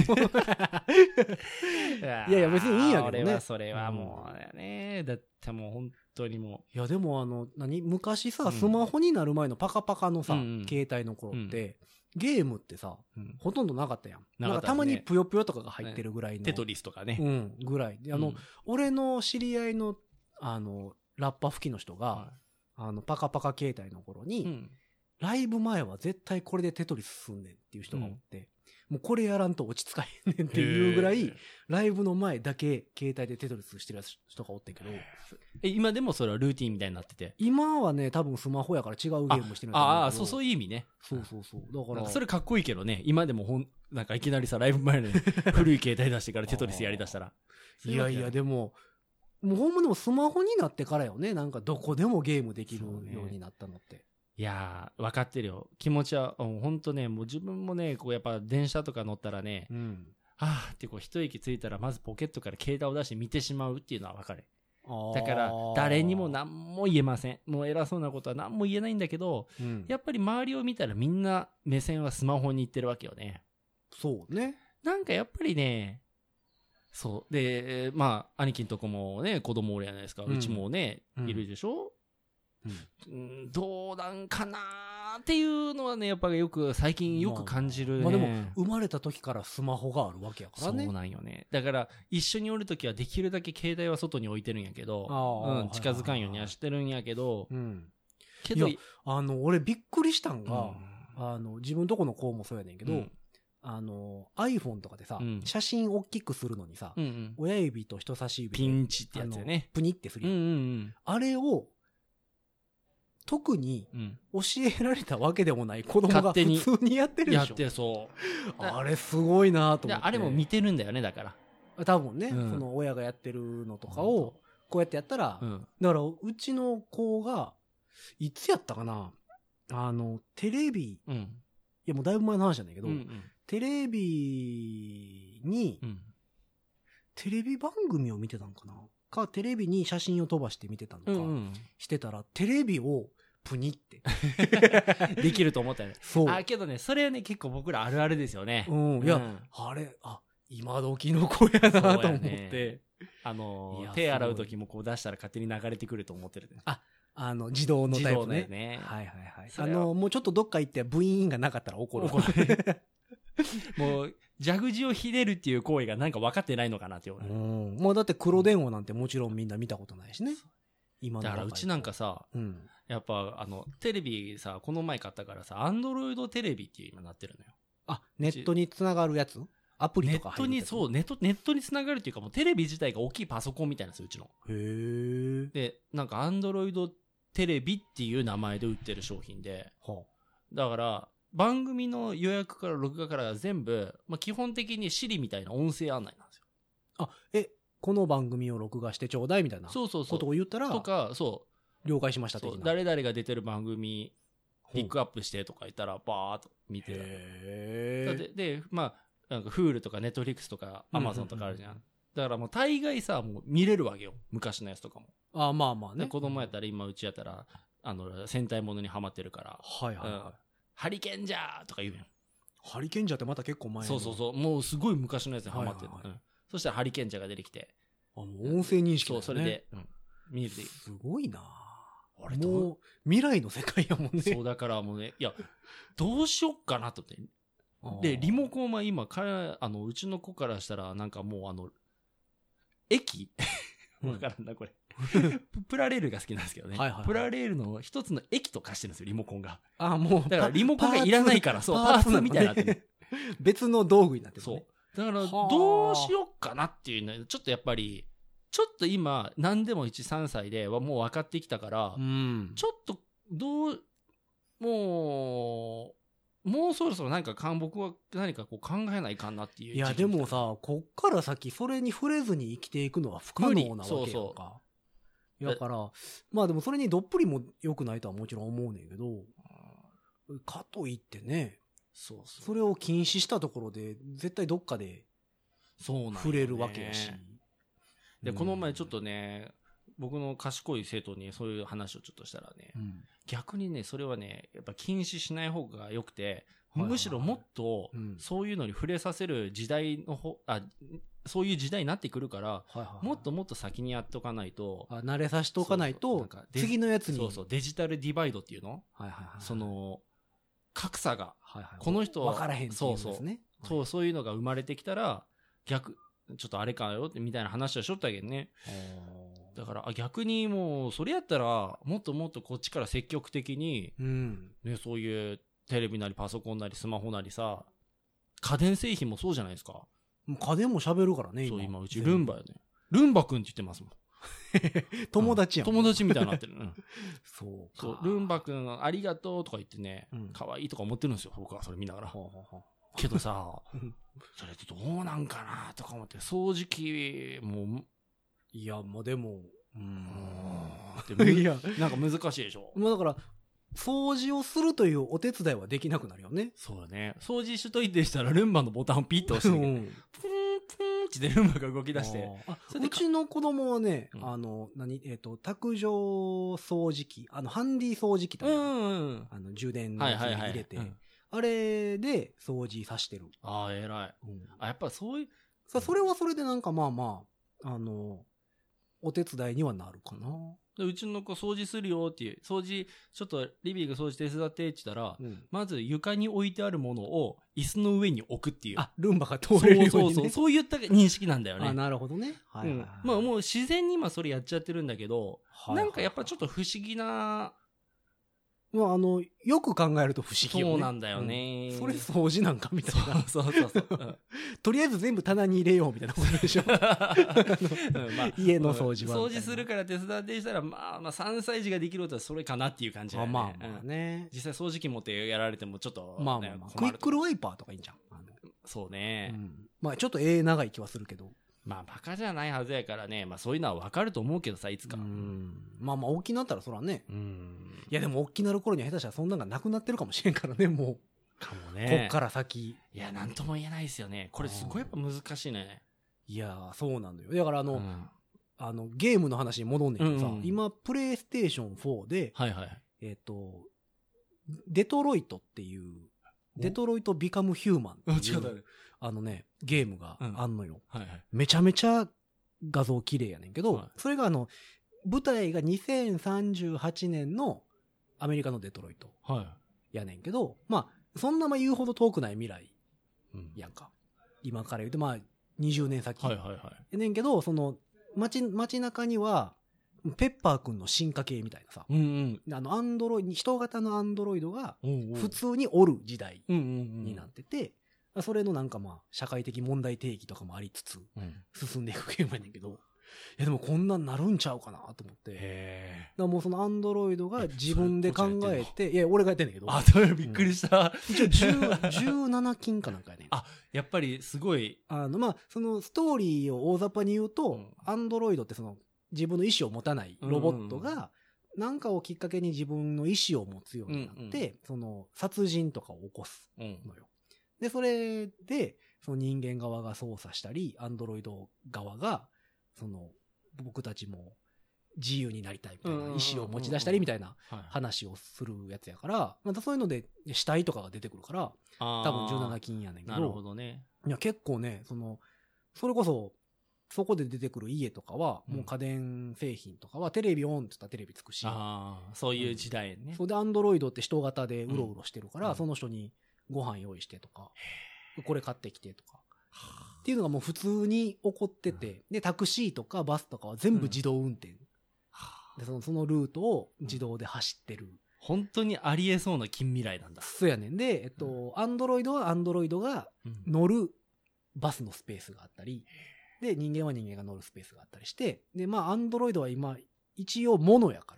いや別にいいんやけどね。 それはもうね。だってもう本当にもう。いやでも昔さ、スマホになる前のパカパカのさ、携帯の頃って、ゲームってさ、ほとんどなかったやん。なんかたまにぷよぷよとかが入ってるぐらいの。 テトリスとかね。 ぐらい。で、俺の知り合いの、ラッパ吹きの人が、パカパカ携帯の頃に、ライブ前は絶対これでテトリスすんねんっていう人がおって、もうこれやらんと落ち着かへんねんっていうぐらい、ライブの前だけ携帯でテトリスしてる人がおってんけど。 今でもそれはルーティンみたいになってて。 今はね、多分スマホやから違うゲームしてるんだけど。 そういう意味ね。 そう。だから。 それかっこいいけどね。今でもなんかいきなりさ、ライブ前に古い携帯出してからテトリスやりだしたら。 いや、でも、もうほんまでもスマホになってからよね。なんかどこでもゲームできるようになったのって。 いやー、分かってるよ。気持ちは、ほんとね、もう自分もね、やっぱ電車とか乗ったらね、って一息ついたらまずポケットから携帯を出して見てしまうっていうのは分かる。だから、誰にも何も言えません。もう偉そうなことは何も言えないんだけど、やっぱり周りを見たらみんな目線はスマホに行ってるわけよね。 そうね。 なんかやっぱりね、そう。で、兄貴んとこもね、子供おるじゃないですか。うちもね、いるでしょ？どうなんかなーっていうのはね、やっぱり最近よく感じるね。 でも、生まれた時からスマホがあるわけやからね。 そうなんよね。だから、一緒におる時はできるだけ携帯は外に置いてるんやけど、近づかんようにはしてるんやけど、 けど、俺びっくりしたんが、自分とこの子もそうやねんけど、iPhone とかでさ、写真大きくするのにさ、親指と人差し指でピンチってやつよね。 プニってするやん。あれを特に教えられたわけでもない子供が普通にやってるでしょ。 やってそう。 あれすごいなと思って。 あれも見てるんだよね、だから。 多分ね、その親がやってるのとかをこうやってやったら、だからうちの子がいつやったかな、テレビ、いやもうだいぶ前の話なんだけど、テレビに、テレビ番組を見てたのかなか、テレビに写真を飛ばして見てたのか、してたら、テレビをプニってできると思ったよね。 そう。 けどね、それはね、結構僕らあるあるですよね。 いや、あれ、今時の子やなと思って。 手洗う時もこう出したら勝手に流れてくると思ってる。 自動のタイプね。 自動ね。 はいはいはい。もうちょっとどっか行ってブイーンがなかったら怒る。 もう、蛇口をひねるっていう行為がなんか分かってないのかなっていう。 もうだって黒電話なんてもちろんみんな見たことないしね。 今のだからうちなんかさ、やっぱテレビさ、この前買ったからさ、アンドロイドテレビっていう今なってるのよ。 ネットにつながるやつ？アプリとか入るやつ？ネットにつながるっていうかもうテレビ自体が大きいパソコンみたいなんですよ、うちの。 へー。 で、なんかアンドロイドテレビっていう名前で売ってる商品で、だから番組の予約から録画から全部、基本的に Siri みたいな音声案内なんですよ。 この番組を録画してちょうだいみたいなことを言ったら、 とか、 了解しました的な。 誰々が出てる番組ピックアップしてとか言ったらバーっと見てた。で、なんか Hulu とか Netflix とか Amazon とかあるじゃん。だからもう大概さ、もう見れるわけよ。昔のやつとかも。 まあまあね。 子供やったら今うちやったら、戦隊ものにハマってるから。 はいはいはい。 ハリケンジャーとか言うやん。 ハリケンジャーってまた結構前そう。もうすごい昔のやつにハマってる。そしたらハリケンジャーが出てきて。 もう音声認識だね。 それで、見るでいい。 すごいなもう未来の世界やもんね。 そう、だからもうね、いや、どうしよっかなと思って。で、リモコンは今、うちの子からしたら、なんかもう駅わからんな、これ。プラレールが好きなんですけどね。プラレールの一つの駅と化してるんですよ、リモコンが。 もう。 だからリモコンがいらないから、そう、パーツみたいになってる。 別の道具になってる。 そう。だから、どうしよっかなっていうの、ちょっとやっぱり、ちょっと今、何でも1、3歳ではもう分かってきたから、ちょっと、もうそろそろなんか僕は何かこう考えないかなっていう。 いや、でもさ、こっから先それに触れずに生きていくのは不可能なわけやんか。だから、でもそれにどっぷりも良くないとはもちろん思うねんけど、かといってね、それを禁止したところで、絶対どっかで触れるわけやし。 で、この前ちょっとね、僕の賢い生徒にそういう話をちょっとしたらね、逆にね、それはね、やっぱ禁止しない方が良くて、むしろもっと、そういうのに触れさせる時代そういう時代になってくるから、もっともっと先にやっとかないと。 慣れさせておかないと、次のやつに。 そう、デジタルディバイドっていうの？格差が、この人は、 分からへんっていうんですね。 そういうのが生まれてきたら、ちょっとあれかよってみたいな話はしとったけどね。だから逆にもうそれやったらもっともっとこっちから積極的に、そういうテレビなりパソコンなりスマホなりさ、家電製品もそうじゃないですか。 もう家電も喋るからね。 そう今うちルンバよね。ルンバくんって言ってますもん。 友達やん。 友達みたいになってる。 そうルンバくんありがとうとか言ってね、可愛いとか思ってるんですよ。僕はそれ見ながら。けどさ、それってどうなんかなとか思って、掃除機も、 いや、でも、 いや、なんか難しいでしょ。 だから、掃除をするというお手伝いはできなくなるよね。 そうだね。掃除しといてしたらルンバのボタンをピッと押して、プンプンってルンバが動き出して。 うちの子供はね、卓上掃除機、ハンディ掃除機とか、充電の入れて、あれで掃除さしてる。 ああ、偉い。やっぱそういう。 それはそれでなんかお手伝いにはなるかな。 うちの子掃除するよっていう、掃除、ちょっとリビング掃除手伝ってって言ったら、まず床に置いてあるものを椅子の上に置くっていう。 ルンバが通れるようにね。 そういった認識なんだよね。 なるほどね。 もう自然に今それやっちゃってるんだけど、なんかやっぱちょっと不思議なまあ、よく考えると不思議よね。 そうなんだよね。 それ掃除なんかみたいな。 そうそうそう。 とりあえず全部棚に入れようみたいなことでしょ。家の掃除は。 掃除するから手伝ってしたら、まあ3歳児ができることはそれかなっていう感じだよね。 まあね。 実際掃除機持ってやられてもちょっと、 まあクイックルワイパーとかいいんじゃん。 そうね。 まあちょっと長い気はするけど。 まあバカじゃないはずやからね。まあそういうのは分かると思うけどさ、いつか。 まあ大きなったらそらね。いやでも大きなる頃には下手したらそんなんがなくなってるかもしれんからね、もう。 かもね。 こっから先。 いや、なんとも言えないですよね。これすごいやっぱ難しいね。 いや、そうなんだよ。だからゲームの話に戻んねんけどさ、今、プレイステーション4で、デトロイトっていう、デトロイトビカムヒューマンっていうゲームがあんのよ。めちゃめちゃ画像綺麗やねんけど、それが舞台が2038年のアメリカのデトロイトやねんけど、まあ、そんな言うほど遠くない未来やんか。今から言うと、まあ、20年先やねんけど、その街中には、ペッパーくんの進化系みたいなさ、アンドロイド、人型のアンドロイドが普通におる時代になってて、それのなんかまあ、社会的問題提起とかもありつつ、進んでいくゲームやねんけど、いやでもこんなんなるんちゃうかなと思って。だからもうそのアンドロイドが自分で考えて、いや、俺がやってんだけど。 あ、びっくりした。 一応17金かなんかやねん。 あ、やっぱりすごい。 まあ、そのストーリーを大雑把に言うと、アンドロイドってその自分の意思を持たないロボットが、なんかをきっかけに自分の意思を持つようになって、その殺人とかを起こすのよ。で、それで、その人間側が操作したり、アンドロイド側が、その、僕たちも自由になりたいみたいな意思を持ち出したりみたいな話をするやつやから、またそういうので死体とかが出てくるから、多分17金やねんけど。 なるほどね。 いや、結構ね、それこそ、そこで出てくる家とかは、もう家電製品とかはテレビオンって言ったらテレビつくし。 そういう時代ね。 それでアンドロイドって人型でうろうろしてるから、その人にご飯用意してとか、これ買ってきてとか。っていうのがもう普通に起こってて、で、タクシーとかバスとかは全部自動運転。で、そのルートを自動で走ってる。 本当にありえそうな近未来なんだ。 そうやねんで、アンドロイドはアンドロイドが乗るバスのスペースがあったり、で、人間は人間が乗るスペースがあったりして、で、まあ、アンドロイドは今、一応物やから、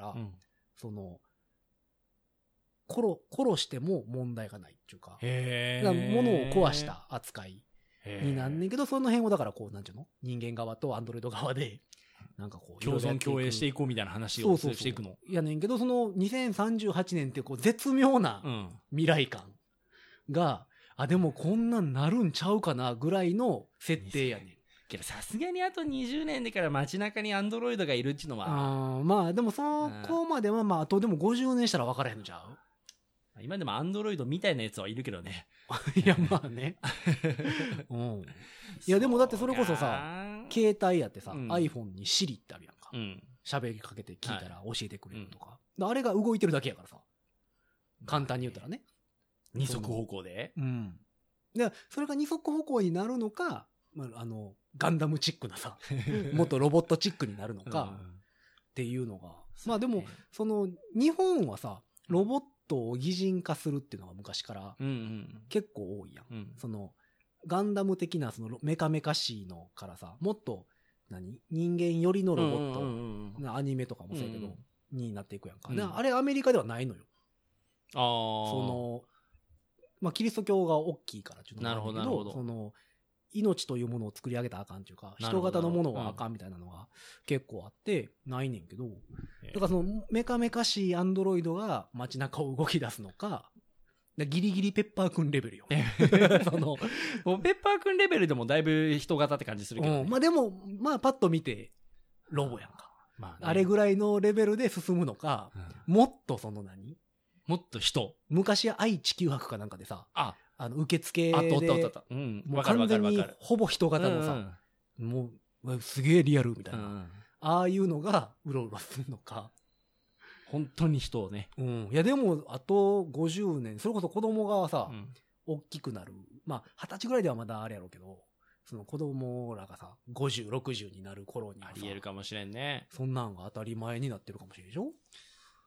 殺しても問題がないっていうか、物を壊した扱いになんねんけど、その辺をだからこう、なんていうの？人間側とアンドロイド側で、なんかこう、 共存共栄していこうみたいな話をしていくの。 やねんけど、その2038年ってこう、絶妙な未来感が、でもこんなんなるんちゃうかなぐらいの設定やねん。 けどさすがにあと20年でから街中にアンドロイドがいるっていうのは。 まあでもそこまではまああとでも50年したら分からへんのちゃう？ 今でもアンドロイドみたいなやつはいるけどね。 いやまあね。いやでもだってそれこそさ、携帯やってさ、iPhone に Siri ってあるやんか。喋りかけて聞いたら教えてくれるとか。あれが動いてるだけやからさ。簡単に言ったらね。 二足歩行で？ で、それが二足歩行になるのか、ガンダムチックなさ、もっとロボットチックになるのか、っていうのが。まあでも、日本はさ、ロボットを擬人化するっていうのが昔から結構多いやん。ガンダム的なメカメカしいのからさ、もっと、人間寄りのロボット、アニメとかもそうやけど、になっていくやんか。あれアメリカではないのよ。まあ、キリスト教が大きいからっていうのもあるけど、命というものを作り上げたらあかんっていうか、人型のものはあかんみたいなのが結構あって、ないねんけど、だからメカメカしいアンドロイドが街中を動き出すのか、ギリギリペッパーくんレベルよ。 ペッパーくんレベルでもだいぶ人型って感じするけど、ね。 まあでも、まあパッと見て、ロボやんか。あれぐらいのレベルで進むのか、もっともっと人。 昔は愛地球博かなんかでさ、受付で、 もう完全にほぼ人型のさ、もうすげえリアルみたいな、ああいうのがうろうろするのか。 本当に人をね。 いやでも、あと50年、それこそ子供がさ、大きくなる。まあ、20歳ぐらいではまだあれやろうけど、その子供らがさ、50、60になる頃にはさ、 ありえるかもしれんね。 そんなんが当たり前になってるかもしれんでしょ？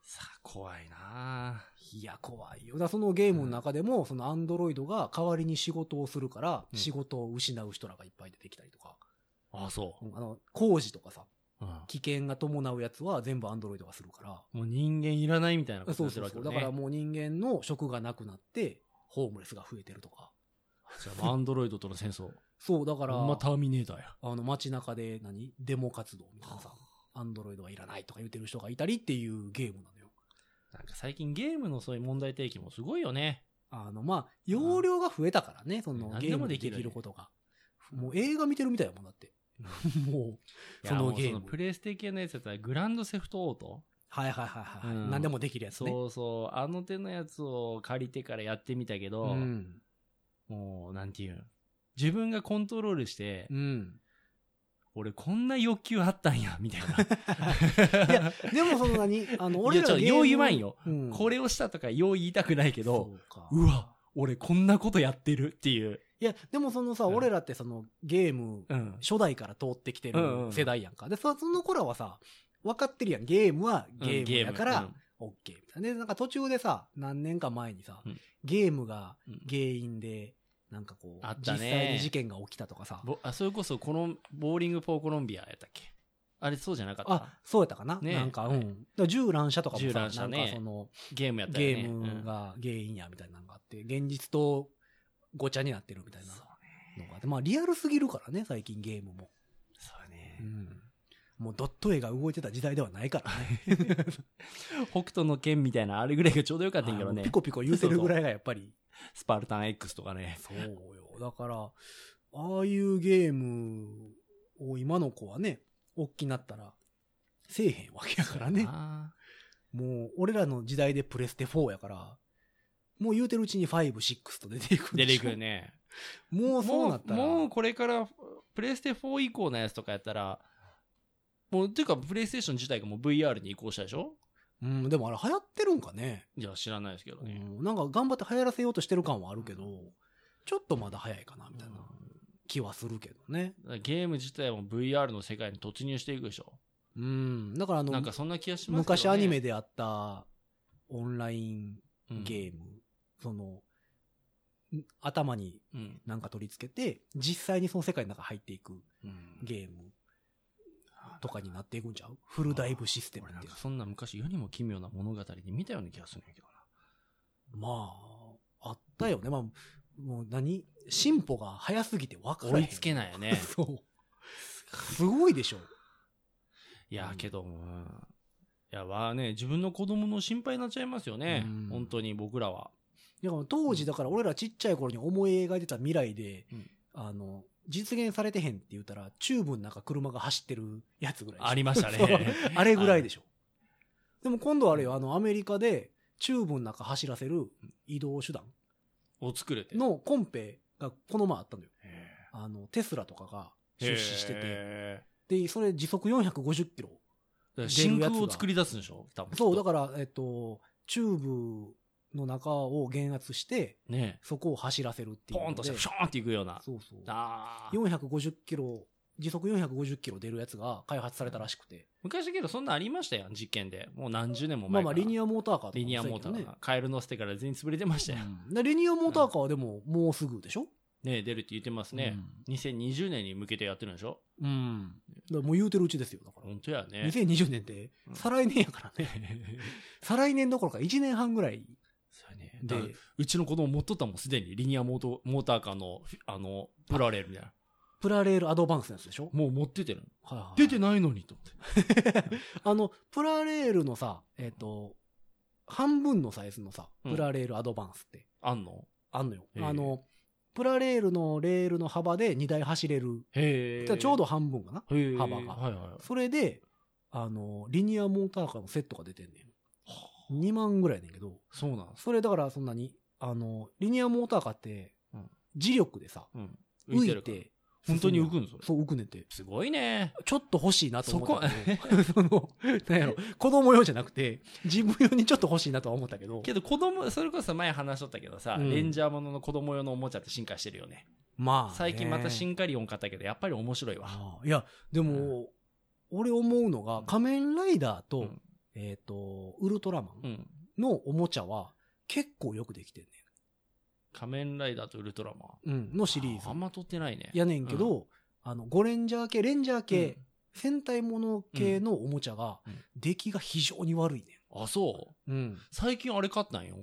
さあ、怖いないや、怖いよ。だからそのゲームの中でも、そのアンドロイドが代わりに仕事をするから、仕事を失う人らがいっぱい出てきたりとか。 ああ、そう。 工事とかさ、危険が伴うやつは全部アンドロイドがするから。 もう人間いらないみたいなことになってるわけね。 そう。だからもう人間の職がなくなって、ホームレスが増えてるとか。 じゃあ、アンドロイドとの戦争。 そう、だから。 ターミネーターや。 街中でデモ活動みたいなさ、アンドロイドはいらないとか言ってる人がいたりっていうゲームなのよ。 なんか最近ゲームのそういう問題提起もすごいよね。 容量が増えたからね、そのゲームできることが。もう映画見てるみたいなもんだって。もう、そのゲーム。 プレイステ系のやつだったらグランドセフトオート。 はい。何でもできるやつね。 そう。あの手のやつを借りてからやってみたけど、もう、なんていうん。自分がコントロールして、俺こんな欲求あったんや、みたいな。 いや、でもそんなに、俺らよう言わんよ。これをしたとかよう言いたくないけど、うわ、俺こんなことやってるっていう。 いや、でもそのさ、俺らってそのゲーム、初代から通ってきてる世代やんか。で、その頃はさ、分かってるやん。ゲームはゲームやから、オッケーみたいな。で、なんか途中でさ、何年か前にさ、ゲームが原因で、なんかこう、実際に事件が起きたとかさ。 それこそこのボーリング・フォー・コロンビアやったっけ？あれそうじゃなかった？ そうやったかな、ね、なんか、銃乱射とかもさ、 なんかその、 ゲームやったよね。 ゲームが原因やみたいなのがあって、現実とごちゃになってるみたいなのがあって、リアルすぎるからね、最近ゲームも。 そうね。 もうドット絵が動いてた時代ではないからね。 北斗の剣みたいなあれぐらいがちょうどよかったんやけどね。 ピコピコ言うてるぐらいがやっぱり。 スパルタン X とかね。 そうよ。だから、ああいうゲームを今の子はね、大きなったら、せえへんわけやからね。もう、俺らの時代でプレステ4やから、もう言うてるうちに5、6と出ていくんでしょ。 出ていくよね。 もうそうなったら。 もうこれから、プレステ4以降のやつとかやったら、もう、ていうか、プレイステーション自体がもう VR に移行したでしょ？ でもあれ流行ってるんかね。 いや、知らないですけどね。 なんか頑張って流行らせようとしてる感はあるけど、ちょっとまだ早いかな、みたいな気はするけどね。 ゲーム自体も VR の世界に突入していくでしょ。 だからなんかそんな気がしますけどね。 昔アニメであったオンラインゲーム、その、頭になんか取り付けて、実際にその世界の中入っていくゲーム。とかになっていくんちゃう？フルダイブシステムって。 なんかそんな昔世にも奇妙な物語に見たような気がするんやけどな。あったよね。もう進歩が早すぎて分からへん。 追いつけないよね。 そう。すごいでしょ。 いや、けども、いや、自分の子供の心配になっちゃいますよね。本当に僕らは。 いや、当時だから俺らちっちゃい頃に思い描いてた未来で、実現されてへんって言ったら、チューブの中車が走ってるやつぐらいでしょ。 ありましたね。 あれぐらいでしょ。でも今度あれよ、アメリカで、チューブの中走らせる移動手段を作れてのコンペがこの前あったのよ。テスラとかが出資してて。で、それ時速450キロ。 真空を作り出すんでしょ？多分。 そう、だから、チューブの中を減圧して、そこを走らせるっていう。 ポーンとして、ショーンっていくような。 そう。450キロ、時速450キロ出るやつが開発されたらしくて。 昔だけどそんなんありましたよ、実験で。もう何十年も前から。 リニアモーターカーとか、 リニアモーターカー。カエル乗せてから全然潰れてましたよ。 リニアモーターカーはでも、もうすぐでしょ？ 出るって言ってますね。2020年に向けてやってるんでしょ？ だからもう言うてるうちですよ、だから。 本当やね。 2020年って、再来年やからね。再来年どころか1年半ぐらい。 で、うちの子供持っとったもん、すでに。リニアモーターカーの、プラレールみたいな。 プラレールアドバンスのやつでしょ？ もう持っててる。出てないのに、と思って。プラレールのさ、半分のサイズのさ、プラレールアドバンスって。 あんのよ。プラレールのレールの幅で2台走れる。ちょうど半分かな？幅が。それで、リニアモーターカーのセットが出てんねん。2万ぐらいねんけど。 そうなんそれだからそんなに、リニアモーターカーって、磁力でさ、浮いて、 本当に浮くん？ そう、浮くねんて。 すごいね。 ちょっと欲しいなと思ったけど。なんやろ、子供用じゃなくて、自分用にちょっと欲しいなとは思ったけど。 けど子供、それこそ前話しとったけどさ、レンジャーものの子供用のおもちゃって進化してるよね。最近またシンカリオン買ったけど、やっぱり面白いわ。 いや、でも、俺思うのが、仮面ライダーと、 ウルトラマンのおもちゃは結構よくできてんねん。 仮面ライダーとウルトラマン、のシリーズ。 あんま撮ってないね。 やねんけど、ゴレンジャー系、戦隊もの系のおもちゃが、出来が非常に悪いねん。あ、そう。最近あれ買ったんよ。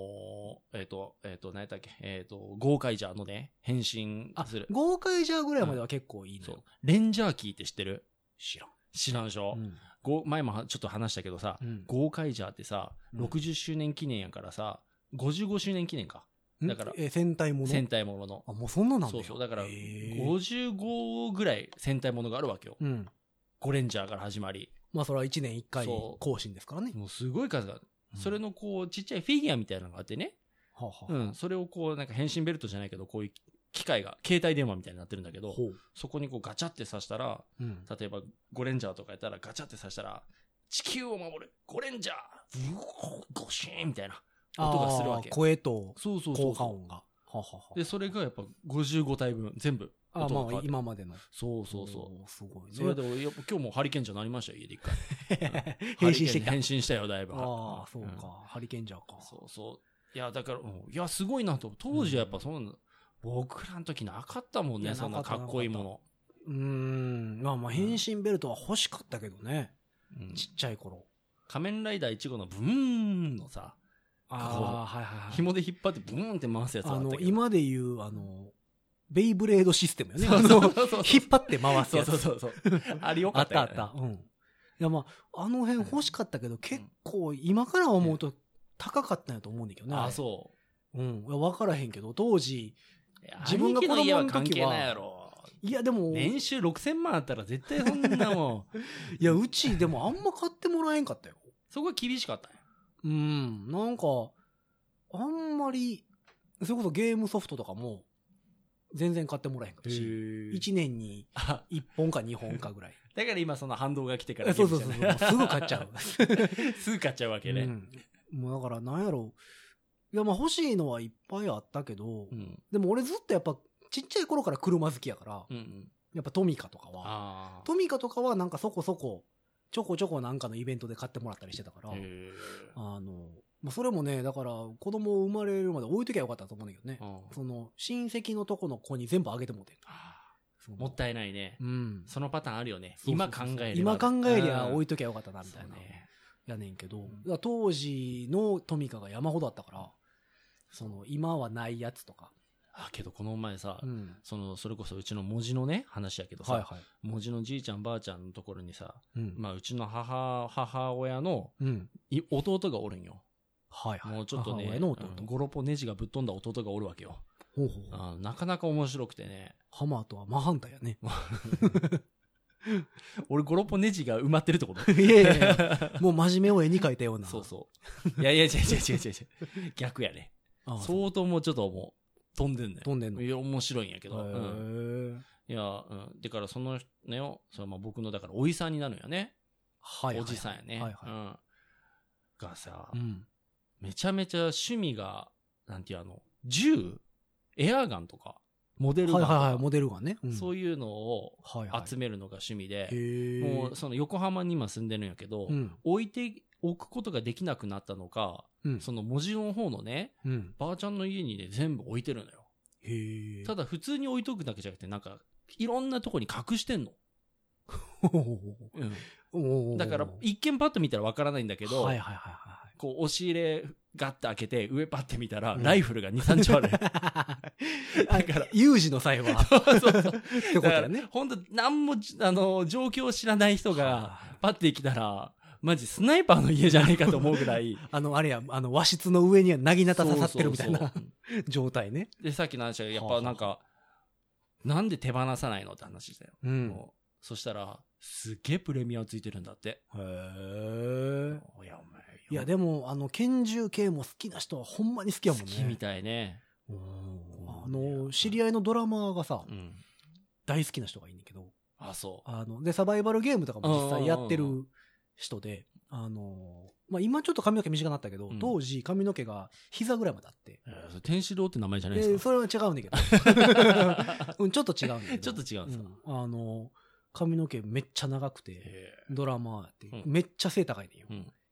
何やったっけゴーカイジャーのね、変身する。 ゴーカイジャーぐらいまでは結構いいのよ。 レンジャーキーって知ってる？ 知らんでしょ？前もちょっと話したけどさ、ゴーカイジャーってさ、60周年記念やからさ、55周年記念か。だから、 戦隊もの。 あ、もうそんななんだよ。 そう。だから、55ぐらい戦隊ものがあるわけよ。ゴレンジャーから始まり。 まあ、それは1年1回更新ですからね。 もうすごい数が。それのこう、ちっちゃいフィギュアみたいなのがあってね。それをこう、なんか変身ベルトじゃないけど、こういう機械が、携帯電話みたいになってるんだけど、そこにこうガチャって刺したら、例えばゴレンジャーとかやったらガチャって刺したら、地球を守るゴレンジャーゴシーンみたいな。音がするわけ。 声と効果音が。 で、それがやっぱ55体分、全部。 まあ今までの。 そう。 すごいね。 それで今日もハリケンジャーなりましたよ、家で一回。 変身してきた。 変身したよ、だいぶ。 ああ、そうか。ハリケンジャーか。 そう。いや、だから、いや、すごいなと。当時はやっぱそんな、僕らの時なかったもんね、そんなかっこいいもの。まあ変身ベルトは欲しかったけどね。ちっちゃい頃。 仮面ライダー1号のブーンのさ、紐で引っ張ってブーンって回すやつあったけど。 今で言う、ベイブレードシステムよね。引っ張って回すやつ。 そう。あれよかったよね。 あった。いや、まあ、あの辺欲しかったけど、結構今から思うと高かったんやと思うんだけどね。 あ、そう。 わからへんけど、当時、自分が子供の時は。いや、でも。 年収6000万あったら絶対そんなもん。 いや、うち、でもあんま買ってもらえんかったよ。 そこは厳しかったんや。 なんか、あんまり、それこそゲームソフトとかも、全然買ってもらえへんかったし、1年に1本か2本かぐらい。 だから今その反動が来てからそう。すぐ買っちゃう。 すぐ買っちゃうわけね。 もうだからなんやろ。いや、まあ欲しいのはいっぱいあったけど、でも俺ずっとやっぱちっちゃい頃から車好きやから、やっぱトミカとかはなんかそこそこ、ちょこちょこなんかのイベントで買ってもらったりしてたから、まあ、それもね、だから子供生まれるまで置いときゃよかったと思うんだけどね。その親戚のとこの子に全部あげてもらって。 もったいないね。そのパターンあるよね。今考えりゃ置いときゃよかったなみたいな。やねんけど、当時のトミカが山ほどあったから、その今はないやつとか。 けどこの前さ、それこそうちの文字のね、話やけどさ、文字のじいちゃんばあちゃんのところにさ、まあうちの母親の弟がおるんよ。もうちょっとね、5、6本ネジがぶっ飛んだ弟がおるわけよ。なかなか面白くてね。 ハマーとは真反対やね。 俺5、6本ネジが埋まってるってこといやもう真面目を絵に描いたような。 そう。いや、違う。逆やね。相当もうちょっともう飛んでんの。いや、面白いんやけど。いや、だからそのね、僕のだからおいさんになるんやね。おじさんやね。がさ、めちゃめちゃ趣味が、なんていう銃エアガンとか、モデルガンとか。 モデルガンね。 そういうのを集めるのが趣味で、もうその横浜に今住んでるんやけど、置いておくことができなくなったのか、その文字の方のね、ばあちゃんの家にね、全部置いてるのよ。ただ普通に置いとくだけじゃなくて、なんか、いろんなとこに隠してんの。だから、一見パッと見たらわからないんだけど、こう、押し入れガッて開けて、上パッて見たら、ライフルが2、3丁ある。だから、有事の際は。そうってことだね。 ほんと、なんも、状況を知らない人が、パッて来たら、マジスナイパーの家じゃないかと思うぐらい。 あれや、和室の上にはなぎなた刺さってるみたいな状態ね。 で、さっきの話は、やっぱなんか、なんで手放さないのって話したよ。そしたら、すっげえプレミアついてるんだって。 いや、でも、拳銃系も好きな人はほんまに好きやもんね。 好きみたいね。 知り合いのドラマーがさ、大好きな人がいいんだけど。 そう。 で、サバイバルゲームとかも実際やってる人で、まあ、今ちょっと髪の毛短くなったけど、当時髪の毛が膝ぐらいまであって。 天使堂って名前じゃないですか。 それは違うんだけど。ちょっと違うんだけど。 ちょっと違うんですか。 髪の毛めっちゃ長くて、ドラマーって、めっちゃ背高いねよ。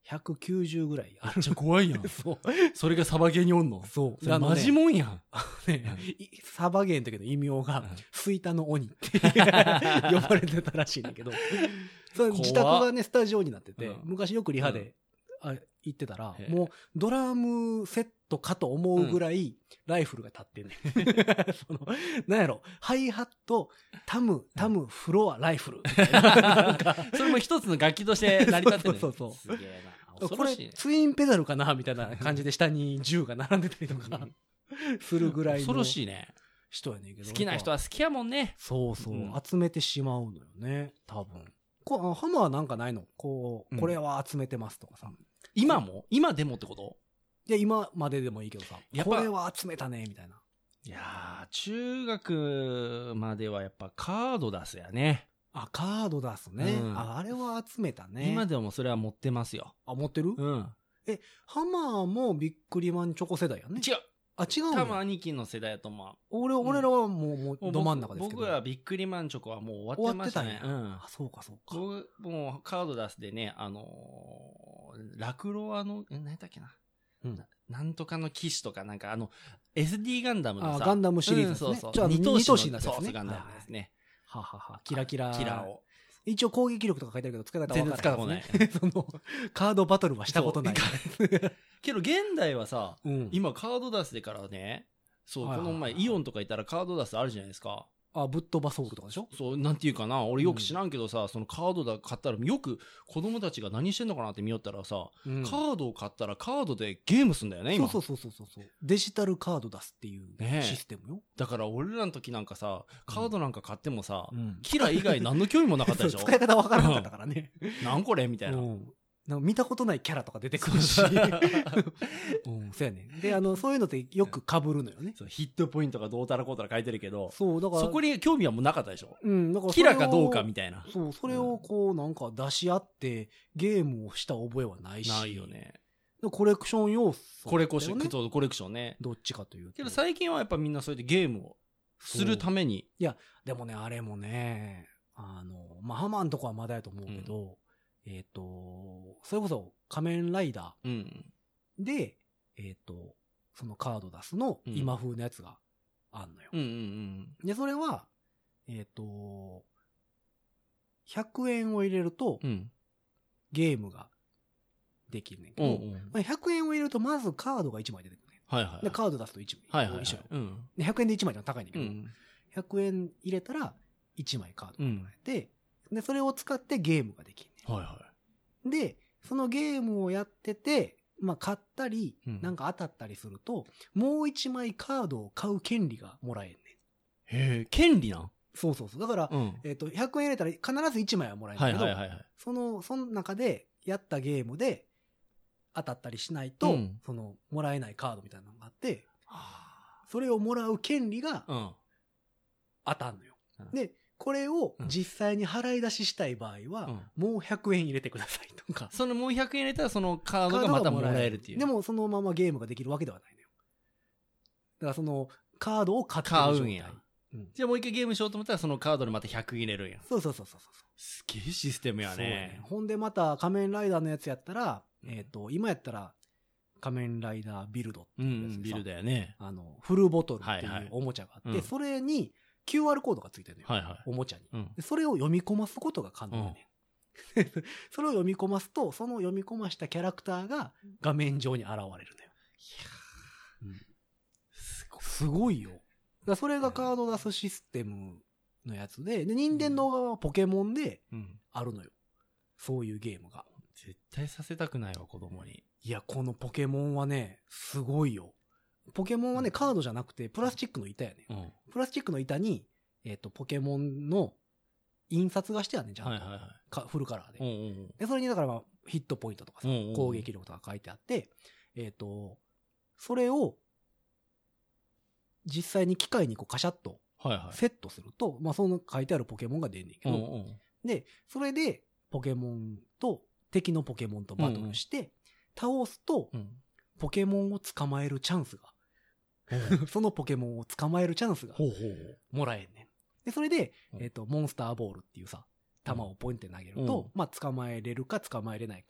190ぐらいある。 めっちゃ怖いやん。そう。それがサバゲーにおんの？ そう。 マジもんやん。 サバゲーの時の異名が、スイタの鬼って呼ばれてたらしいんだけど、自宅がね、スタジオになってて、昔よくリハで行ってたら、もうドラムセットかと思うぐらい、ライフルが立ってんねん。なんやろ、ハイハット、タム、フロア、ライフル。 それも一つの楽器として成り立ってる。 そう。 すげえな。 これ、ツインペダルかなみたいな感じで下に銃が並んでたりとか、するぐらいの。 恐ろしいね。 人やねんけど。 好きな人は好きやもんね。 そう。集めてしまうのよね、多分。ハマはなんかないの？これは集めてますとかさ。 今でもってこと？ いや、今まででもいいけどさ。これは集めたね、みたいな。 いやー、中学まではやっぱカード出すやね。 あ、カード出すね。あれは集めたね。 今でもそれは持ってますよ。 あ、持ってる？ハマーもビックリマンチョコ世代やね。 違う。 あ、違う。 多分兄貴の世代やと思う。 俺らはもうど真ん中ですけど。 僕はビックリマンチョコはもう終わってましたね。 あ、そうか。 僕、もうカード出すでね、ラクロワの、何やったっけな。なんとかの騎士とか、なんかSD ガンダムのさ。 ガンダムシリーズですね。 そう。 じゃあ、二頭身になってますね。そう、ガンダムですね。 キラキラを。 一応攻撃力とか書いてあるけど、使い方は分からない。 全然使ったことない。 カードバトルはしたことない。 けど、現代はさ、今カード出すでからね、そう、この前イオンとかいたらカード出すあるじゃないですか。 あ、ぶっ飛ばソウルとかでしょ？ そう、なんていうかな、俺よく知らんけどさ、そのカード買ったら、よく子供たちが何してんのかなって見よったらさ、カードを買ったらカードでゲームすんだよね、今。 そう。デジタルカード出すっていうシステムよ。 だから俺らの時なんかさ、カードなんか買ってもさ、キラ以外何の興味もなかったでしょ？ 使い方分からなかったからね。 なんこれみたいな。 なんか見たことないキャラとか出てくるし。そうやね。で、そういうのってよく被るのよね。 ヒットポイントがどうたらこうたら書いてるけど、 そう、だから。 そこに興味はもうなかったでしょ？ だからキラかどうかみたいな。 そう、それをこうなんか出し合ってゲームをした覚えはないし。 ないよね。 コレクション要素、 コレクションね。 どっちかというと。 けど最近はやっぱみんなそれでゲームをするために。 いや、でもね、あれもね、ハマんとこはまだやと思うけど、それこそ仮面ライダーで、そのカード出すの今風のやつがあんのよ。で、それは、100円を入れると、ゲームができるねんけど、100円を入れるとまずカードが1枚出てくるねん。で、カード出すと1枚。一緒よ。で、100円で1枚じゃ高いんだけど、100円入れたら1枚カードがもらえて、で、それを使ってゲームができるねん。で、そのゲームをやってて、買ったり、なんか当たったりすると、もう1枚カードを買う権利がもらえんねん。 へえ、権利なん？ そう。だから、100円入れたら必ず1枚はもらえるんだけど、その中でやったゲームで当たったりしないと、もらえないカードみたいなのがあって、それをもらう権利が当たんのよ。で、これを実際に払い出ししたい場合は、もう100円入れてくださいとか。 そのもう100円入れたらそのカードがまたもらえるっていう。 でもそのままゲームができるわけではないのよ。だからそのカードを買ってる状態。 買うんや。じゃあもう一回ゲームしようと思ったらそのカードでまた100入れるんや。 そう。すげえシステムやね。 ほんでまた仮面ライダーのやつやったら、今やったら仮面ライダービルドっていうやつでさ、 ビルだよね。 フルボトルっていうおもちゃがあって、それに、QR コードがついてるのよ。おもちゃに、それを読み込ますことが可能やねん。それを読み込ますと、その読み込ましたキャラクターが画面上に現れるのよ。すごいよ。それがカード出すシステムのやつで、任天堂側はポケモンであるのよ。そういうゲームが。 絶対させたくないわ、子供に。 いや、このポケモンはね、すごいよ。ポケモンはね、カードじゃなくて、プラスチックの板やね。プラスチックの板に、ポケモンの印刷がしてあるね、ちゃんと。フルカラーで。で、それにだからヒットポイントとかさ、攻撃力とか書いてあって、それを、実際に機械にこうカシャッとセットすると、その書いてあるポケモンが出んねんけど、で、それでポケモンと、敵のポケモンとバトルして、倒すと、ポケモンを捕まえるチャンスが、そのポケモンを捕まえるチャンスがもらえんねん。で、それで、モンスターボールっていうさ、弾をポインって投げると、捕まえれるか捕まえれないか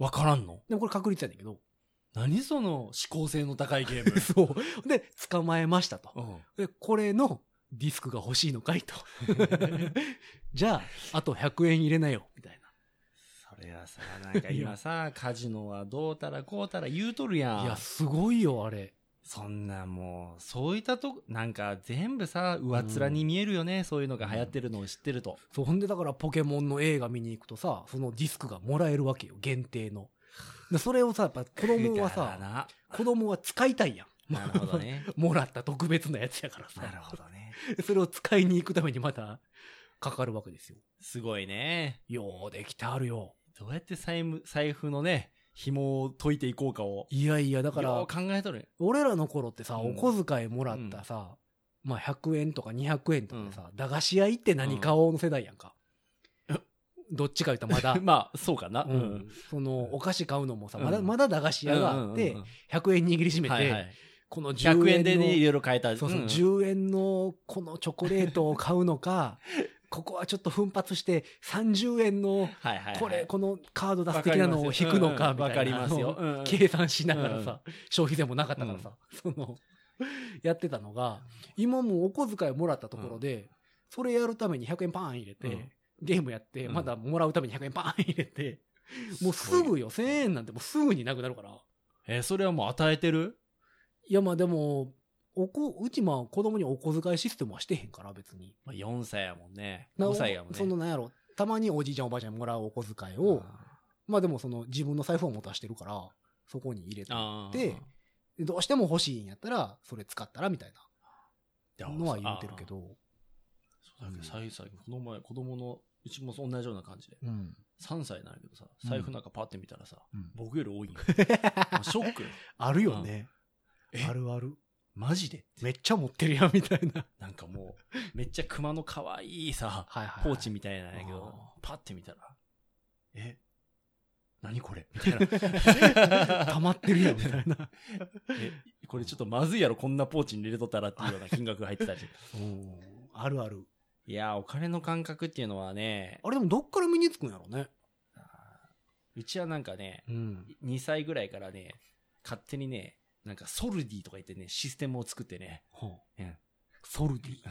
わからんの？ でもこれ確率やねんけど。 何その指向性の高いゲーム。 そう。で、捕まえましたと。で、これのディスクが欲しいのかいと。じゃあ、あと100円入れなよ、みたいな。 それはさ、なんか今さ、カジノはどうたらこうたら言うとるやん。 いや、すごいよ、あれ。 そんなもう、そういったとこ、なんか全部さ、上面に見えるよね、そういうのが流行ってるのを知ってると。 そう、ほんでだからポケモンの映画見に行くとさ、そのディスクがもらえるわけよ、限定の。でそれをさ、やっぱ子供はさ、子供は使いたいやん。 なるほどね。 もらった特別なやつやからさ。 なるほどね。 それを使いに行くためにまたかかるわけですよ。 すごいね。 ようできてあるよ。 どうやって財布のね、紐を解いていこうかを。 いやいや、だから、 考えとる。 俺らの頃ってさ、お小遣いもらったさ、まあ100円とか200円とかでさ、駄菓子屋行って何買おうの世代やんか。どっちか言ったらまだ。 まあ、そうかな。 その、お菓子買うのもさ、まだ駄菓子屋があって、100円握りしめて、この10円の。 100円でね、いろいろ買えた。 そうそう、10円のこのチョコレートを買うのか、ここはちょっと奮発して30円の、このカード出す的なのを引くのか、みたいなのを計算しながらさ、消費税もなかったからさ、やってたのが、今もうお小遣いもらったところで、それやるために100円パーン入れて、ゲームやって、まだもらうために100円パーン入れて、もうすぐよ、1000円なんてもうすぐになくなるから。 それはもう与えてる？ いや、まあでも、うちまあ子供にお小遣いシステムはしてへんから別に。 まあ4歳やもんね。5歳やもんね。 そのなんやろ、たまにおじいちゃんおばあちゃんにもらうお小遣いを、まあでもその自分の財布を持たしてるから、そこに入れてって、どうしても欲しいんやったら、それ使ったらみたいなのは言うてるけど。 そうだけど、最近この前子供の、うちも同じような感じで。3歳なんやけどさ、財布なんかパッて見たらさ、僕より多いんよ。ショック。 あるよね。あるある。 マジでめっちゃ持ってるやんみたいな。 なんかもう、めっちゃ熊の可愛いさ、ポーチみたいなんやけど、パッて見たら、何これみたいな。 溜まってるやんみたいな。 これちょっとまずいやろ、こんなポーチに入れとったらっていうような金額が入ってたり。 あるある。 いや、お金の感覚っていうのはね。 あれでもどっから身につくんやろうね。 うちはなんかね、2歳ぐらいからね、勝手にね、なんかソルディとか言ってね、システムを作ってね。 ソルディ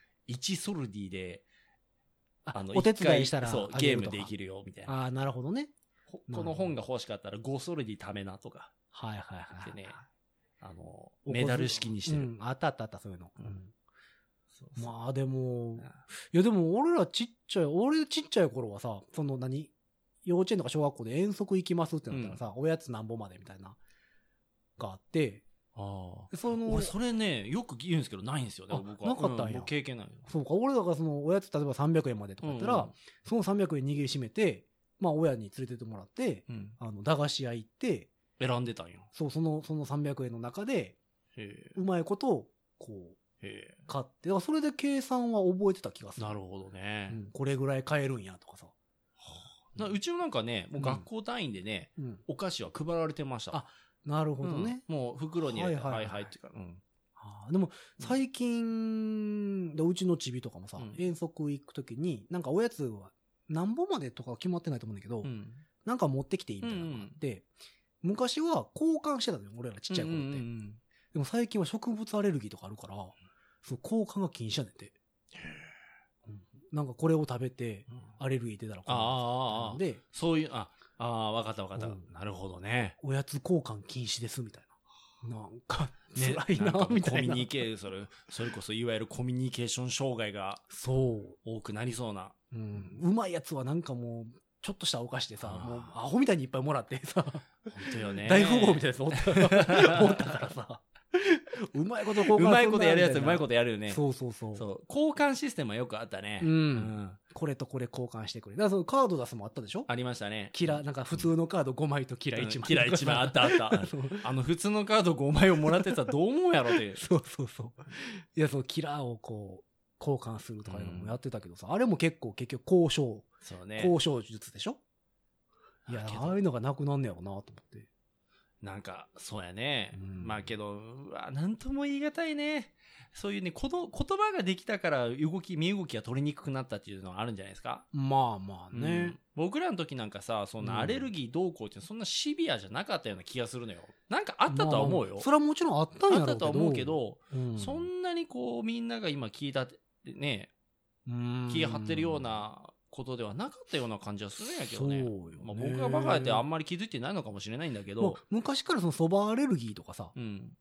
?1 ソルディで、 お手伝いしたらそう、ゲームできるよ、みたいな。 ああ、なるほどね。 この本が欲しかったら5ソルディ貯めなとか。 はいはいはい。 でね、メダル式にしてる。 あったあったあった、そういうの。まあでも、いやでも俺ちっちゃい頃はさ、幼稚園とか小学校で遠足行きますってなったらさ、おやつなんぼまでみたいな、があって、 俺それね、よく言うんですけど、ないんですよね、僕は。 なかったんや。 経験ないよ。 そうか、俺だからおやつ例えば300円までとかやったら、その300円握りしめて、まあ親に連れてってもらって、駄菓子屋行って、 選んでたんよ。 そう、その300円の中で、うまいことを、こう、買って、だからそれで計算は覚えてた気がする。 なるほどね。 これぐらい買えるんやとかさ。 うちもなんかね、もう学校単位でね、お菓子は配られてました。 あ、なるほどね。 もう袋に入れて、はいはいっていうか。 でも、最近、うちのちびとかもさ、遠足行くときに、なんかおやつは何本までとか決まってないと思うんだけど、なんか持ってきていいみたいなのがあって、昔は交換してたのよ、俺らちっちゃい頃って。でも最近は植物アレルギーとかあるから、その交換が禁止やねんて。なんかこれを食べて、アレルギー出たら困るんで。そういう、わかったわかった。なるほどね。 おやつ交換禁止ですみたいな。なんか、辛いな、みたいな。 コミュニケーション、それこそいわゆるコミュニケーション障害が、多くなりそうな。 うまいやつはなんかもう、ちょっとしたお菓子でさ、もうアホみたいにいっぱいもらってさ、 本当よね。 大富豪みたいなやつおったからさ。うまいこと交換する。 うまいことやるやつうまいことやるよね。 そう。 交換システムはよくあったね。 これとこれ交換してくれ。だからそのカード出すもあったでしょ？ ありましたね。 なんか普通のカード5枚とキラ1枚。 キラ1枚あったあった。普通のカード5枚をもらってたらどう思うやろって。 そう。いや、キラーをこう、交換するとかいうのもやってたけどさ、あれも結局交渉術でしょ？いや、ああいうのがなくなんねやろなと思って。 なんか、そうやね。まあけど、なんとも言い難いね。そういうね、言葉ができたから身動きが取りにくくなったっていうのはあるんじゃないですか。 まあまあね。 僕らの時なんかさ、そんなアレルギーどうこうってそんなシビアじゃなかったような気がするのよ。なんかあったとは思うよ。 それはもちろんあったんやろうけど。 あったとは思うけど、そんなにこうみんなが今聞いたってね、気張ってるようなことではなかったような感じはするんやけどね。まあ、僕がバカやってあんまり気づいてないのかもしれないんだけど。 昔からその蕎麦アレルギーとかさ、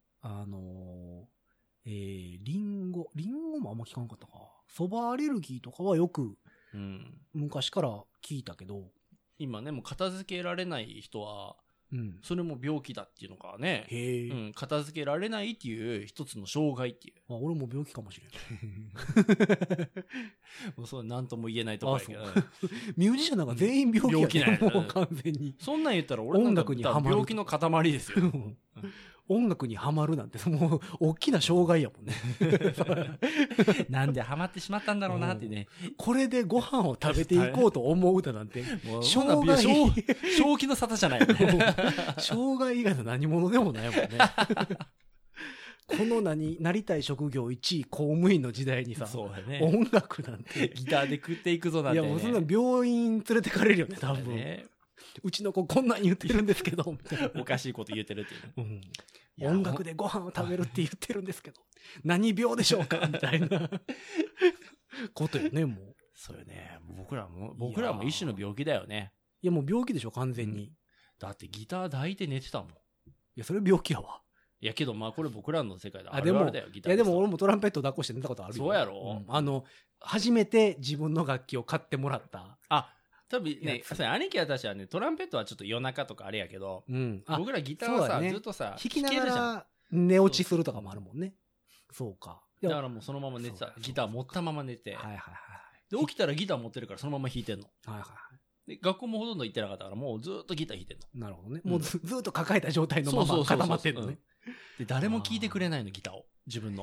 リンゴもあんま聞かなかったか。蕎麦アレルギーとかはよく、昔から聞いたけど。 今ね、もう片付けられない人は、それも病気だっていうのがね、片付けられないっていう一つの障害っていう。 俺も病気かもしれない。もうそうなんとも言えないところやけど。 ミュージシャンなんか全員病気やね。もう完全に。 そんなん言ったら俺なんか病気の塊ですよ。 音楽にハマるなんて、もう、大きな障害やもんね。 なんでハマってしまったんだろうなってね。 これでご飯を食べていこうと思う歌なんて、 正気の沙汰じゃないよね。 障害以外の何者でもないもんね。このなりたい職業1位公務員の時代にさ、音楽なんて。 ギターで食っていくぞなんて。 いや、もうそんな病院連れてかれるよね、多分。うちの子こんなん言ってるんですけど、みたいな。 おかしいこと言ってるっていう。 音楽でご飯を食べるって言ってるんですけど、何病でしょうかみたいなことよね、もう。 そうよね。僕らも一種の病気だよね。 いや、もう病気でしょ、完全に。 だってギター抱いて寝てたもん。いや、それ病気やわ。 いやけど、まあこれ僕らの世界であるあるだよ、ギター。 いや、でも俺もトランペット抱っこして寝たことあるよ。 そうやろ？ 初めて自分の楽器を買ってもらった。 多分ね、兄貴私はね、トランペットはちょっと夜中とかあれやけど、僕らギターはさ、ずっとさ、 弾きながら寝落ちするとかもあるもんね。そうか。 だからもうそのまま寝てた。ギター持ったまま寝て。で、起きたらギター持ってるからそのまま弾いてんの。で、学校もほとんど行ってなかったから、もうずっとギター弾いてんの。 なるほどね。もうずっと抱えた状態のまま固まってんのね。 で、誰も聴いてくれないの、ギターを。自分の。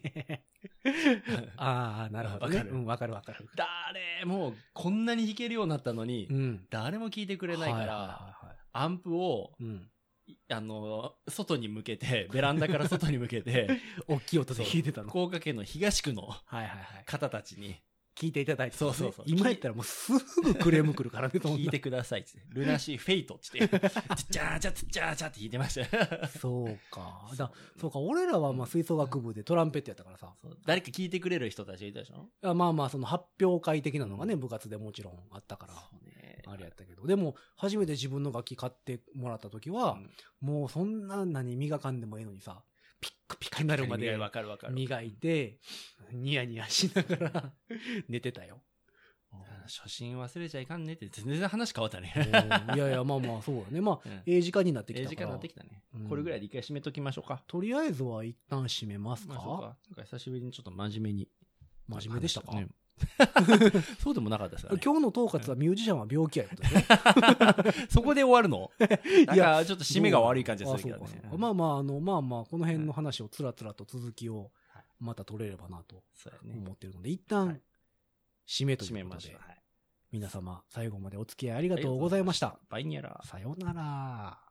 なるほどね。わかる。 誰もこんなに弾けるようになったのに、誰も聴いてくれないから、アンプを、外に向けて、ベランダから外に向けて、 大きい音で弾いてたの。 福岡県の東区の方たちに、 聞いていただいて。 そう。 今やったらもうすぐクレーム来るからね、 聞いてくださいって。ルナシーフェイトって言って、チャーチャーチャーチャーって弾いてました。 そうか。俺らはまあ吹奏楽部でトランペットやったからさ。 誰か聞いてくれる人たちがいたでしょ？ まあ、その発表会的なのがね、部活でもちろんあったから。あれやったけど。でも、初めて自分の楽器買ってもらった時は、もうそんなに磨かんでもいいのにさ、ピッカピカになるまで磨いて、ニヤニヤしながら寝てたよ。 初心忘れちゃいかんねって、全然話変わったね。 いや、まあそうだね。まあ、時間になってきたから。 時間になってきたね。これぐらいで一回締めときましょうか。 とりあえずは一旦締めますか。 なんか久しぶりにちょっと真面目に。 真面目でしたか？ そうでもなかったですかね。 今日の統括はミュージシャンは病気やったね。 そこで終わるの？いや、ちょっと締めが悪い感じがするけどね。 まあ、この辺の話をつらつらと続きをまた取れればなと思っているので、一旦締めということで、皆様最後までお付き合いありがとうございました。 バイニャラ。 さようなら。